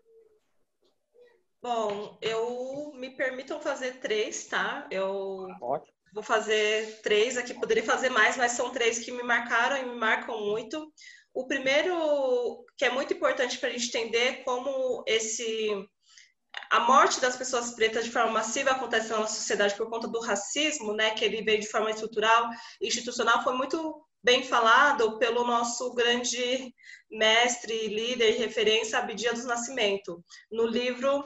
S3: Bom, eu me permitam fazer três, tá? Eu
S5: Ótimo.
S3: Vou fazer três aqui, poderia fazer mais, mas são três que me marcaram e me marcam muito. O primeiro, que é muito importante para a gente entender como esse... a morte das pessoas pretas de forma massiva acontece na nossa sociedade por conta do racismo, né, que ele veio de forma estrutural e institucional, foi muito bem falado pelo nosso grande mestre, líder e referência, Abdias do Nascimento, no livro,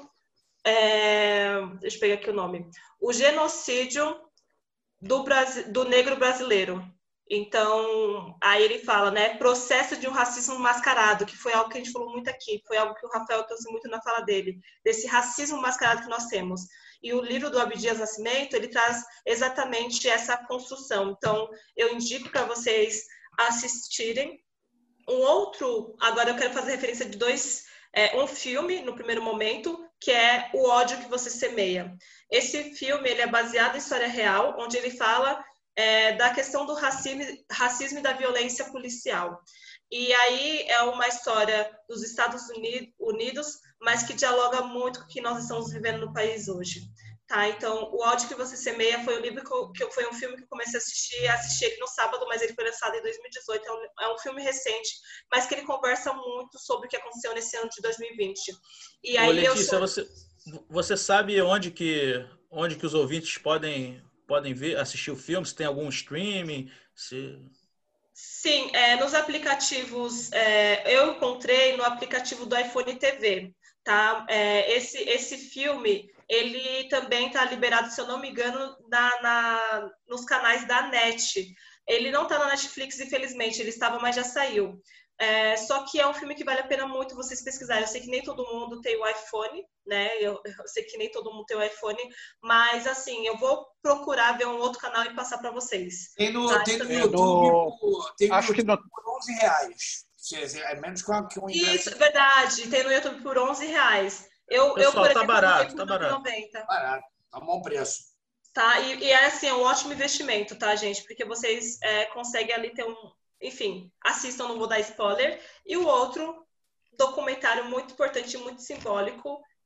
S3: é, deixa eu pegar aqui o nome, O Genocídio do, Brasi- do Negro Brasileiro. Então, aí ele fala, né, processo de um racismo mascarado, que foi algo que a gente falou muito aqui, foi algo que o Rafael trouxe muito na fala dele, desse racismo mascarado que nós temos. E o livro do Abdias Nascimento, ele traz exatamente essa construção. Então, eu indico para vocês assistirem. Um outro, agora eu quero fazer referência de dois, é, um filme, no primeiro momento, que é O Ódio que Você Semeia. Esse filme, ele é baseado em história real, onde ele fala... É, da questão do racismo, racismo e da violência policial. E aí é uma história dos Estados Unidos, mas que dialoga muito com o que nós estamos vivendo no país hoje. Tá? Então, O Ódio que Você Semeia foi um livro que, eu, que foi um filme que eu comecei a assistir, assisti ele no sábado, mas ele foi lançado em dois mil e dezoito, é um, é um filme recente, mas que ele conversa muito sobre o que aconteceu nesse ano de dois mil e vinte. E aí,
S2: Ô, Letícia,
S3: eu sou...
S2: você, você sabe onde que, onde que os ouvintes podem... podem ver, assistir o filme, se tem algum streaming? Se...
S3: Sim, é, nos aplicativos, é, eu encontrei no aplicativo do iPhone T V, tá? É, esse, esse filme, ele também está liberado, se eu não me engano, na, na, nos canais da NET. Ele não está na Netflix, infelizmente, ele estava, mas já saiu. É, só que é um filme que vale a pena muito vocês pesquisarem. Eu sei que nem todo mundo tem o iPhone, né? Eu, eu sei que nem todo mundo tem o iPhone, mas assim, eu vou procurar ver um outro canal e passar para vocês.
S1: Tem no,
S3: tá?
S1: tem no
S3: Então,
S1: YouTube,
S5: no...
S1: tem no
S5: Acho
S1: YouTube
S5: que no...
S1: por onze reais. É menos que um ingresso.
S3: Isso, é verdade. Tem no YouTube por onze reais. Eu,
S2: Pessoal,
S3: eu por exemplo,
S2: tá barato,
S3: por
S2: tá barato.
S3: nove e noventa.
S1: Barato, tá um bom preço.
S3: Tá? E, e é assim, é um ótimo investimento, tá, gente? Porque vocês é, conseguem ali ter um... Enfim, assistam, não vou dar spoiler. E o outro documentário muito importante e muito simbólico,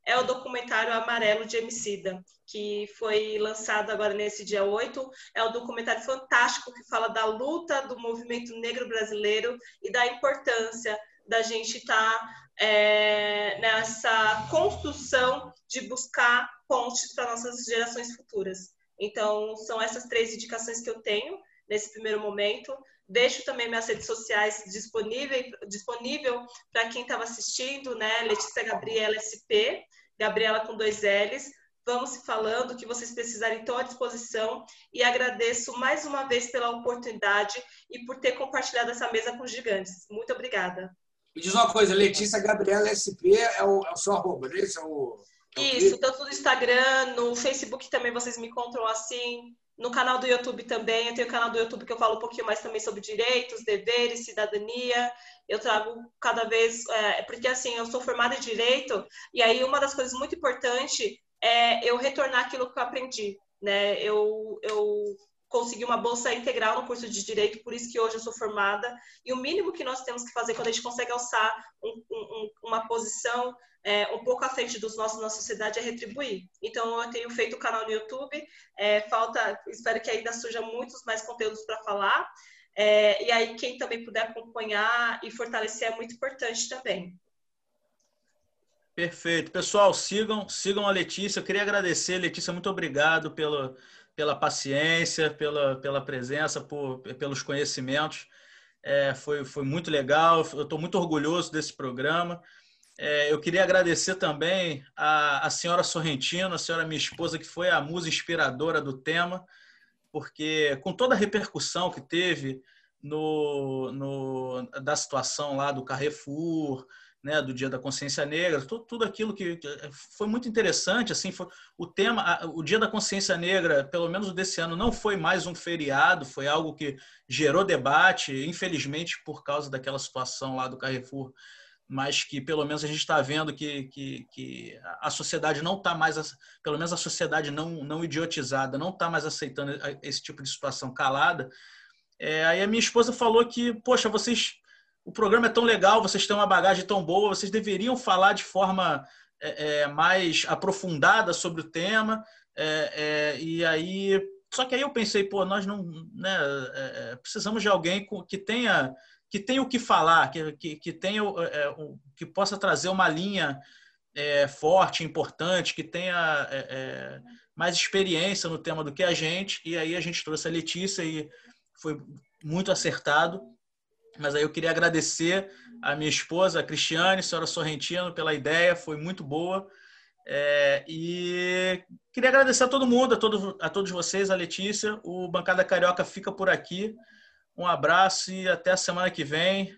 S3: é o documentário Amarelo de Emicida, que foi lançado agora nesse dia oito. É um documentário fantástico que fala da luta do movimento negro brasileiro e da importância da gente estar tá, é, nessa construção de buscar pontes para nossas gerações futuras. Então, são essas três indicações que eu tenho nesse primeiro momento. Deixo também minhas redes sociais disponível, disponível para quem estava assistindo, né? Letícia Gabriela S P, Gabriela com dois L's. Vamos se falando, o que vocês precisarem, estou à disposição. E agradeço mais uma vez pela oportunidade e por ter compartilhado essa mesa com os gigantes. Muito obrigada.
S1: Me diz uma coisa, Letícia Gabriela S P é o, é o seu arroba, não é isso? É o, é o
S3: isso, tanto no Instagram, no Facebook também vocês me encontram assim. No canal do YouTube também, eu tenho o canal do YouTube que eu falo um pouquinho mais também sobre direitos, deveres, cidadania. Eu trago cada vez... É, porque, assim, eu sou formada em Direito, e aí uma das coisas muito importantes é eu retornar aquilo que eu aprendi, né? Eu, eu consegui uma bolsa integral no curso de Direito, por isso que hoje eu sou formada. E o mínimo que nós temos que fazer quando a gente consegue alçar um, um, uma posição... É, um pouco à frente dos nossos na sociedade é retribuir. Então, eu tenho feito o canal no YouTube, é, falta, espero que ainda surja muitos mais conteúdos para falar, é, e aí quem também puder acompanhar e fortalecer é muito importante também.
S2: Perfeito. Pessoal, sigam, sigam a Letícia. Eu queria agradecer, Letícia, muito obrigado pela, pela paciência, pela, pela presença, por, pelos conhecimentos. É, foi, foi muito legal, eu estou muito orgulhoso desse programa. É, eu queria agradecer também a, a senhora Sorrentino, a senhora minha esposa, que foi a musa inspiradora do tema, porque com toda a repercussão que teve no, no, da situação lá do Carrefour, né, do Dia da Consciência Negra, tudo, tudo aquilo que foi muito interessante. Assim, foi, o tema, o Dia da Consciência Negra, pelo menos desse ano, não foi mais um feriado, foi algo que gerou debate, infelizmente por causa daquela situação lá do Carrefour, mas que pelo menos a gente está vendo que, que, que a sociedade não está mais, pelo menos a sociedade não, não idiotizada, não está mais aceitando esse tipo de situação calada. É, aí a minha esposa falou que, poxa, vocês, o programa é tão legal, vocês têm uma bagagem tão boa, vocês deveriam falar de forma é, é, mais aprofundada sobre o tema. É, é, e aí, só que aí eu pensei, pô, nós não, né, é, precisamos de alguém que tenha que tenha o que falar, que, que, que, tenha, é, o, que possa trazer uma linha é, forte, importante, que tenha é, é, mais experiência no tema do que a gente. E aí a gente trouxe a Letícia e foi muito acertado. Mas aí eu queria agradecer a minha esposa, a Cristiane, a senhora Sorrentino, pela ideia, foi muito boa. É, e queria agradecer a todo mundo, a, todo, a todos vocês, a Letícia. O Bancada Carioca fica por aqui. Um abraço e até a semana que vem.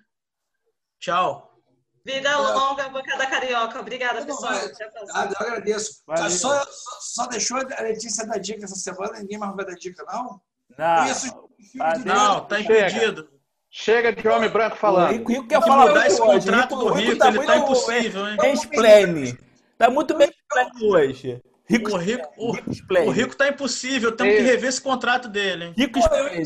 S2: Tchau.
S3: Vida longa, Bancada Carioca. Obrigada, pessoal.
S1: Ah, eu agradeço. Só, só, só deixou a Letícia dar dica essa semana, ninguém mais vai dar dica, não?
S5: Não,
S1: Isso,
S2: não, tá impedido.
S5: Chega de homem branco falando.
S4: O Rico, Rico quer falar
S2: mudar esse
S4: hoje.
S2: contrato do Rico,
S4: tá
S2: ele
S4: muito
S2: tá impossível, hein?
S4: Explain. Tá muito bem explain hoje. Rico,
S2: o, Rico, o,
S4: Rico
S2: o Rico tá impossível, temos que rever esse contrato dele. Hein?
S4: Rico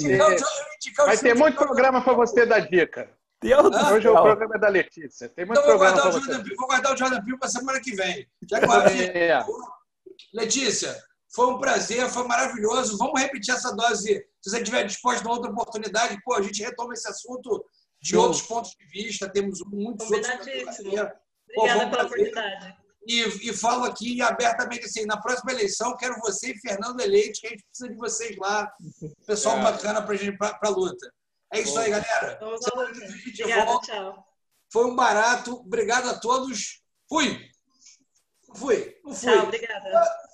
S5: Vai ter muito programa para você dar dica.
S4: Deus
S5: Hoje
S4: do
S5: o
S4: céu.
S5: programa é da Letícia. Tem muito
S1: então
S5: programa
S1: vou
S5: para
S1: guardar,
S5: você.
S1: vou guardar o Jordan Peele para semana que vem. Já guardei.
S5: É.
S1: Letícia, foi um prazer, foi maravilhoso. Vamos repetir essa dose. Se você estiver disposto a outra oportunidade, pô, a gente retoma esse assunto de
S4: Show.
S1: outros pontos de vista. Temos muitos outros.
S3: Obrigada
S1: Pô,
S3: pela
S1: prazer.
S3: oportunidade.
S1: E, e falo aqui abertamente assim, na próxima eleição, quero você e Fernando eleitos, que a gente precisa de vocês lá. Pessoal é. bacana para gente para a luta. É isso Bom. aí, galera.
S3: Vamos à luta. Obrigada, tchau.
S1: Foi um barato. Obrigado a todos. Fui. Fui. Não fui.
S3: Tchau, obrigada.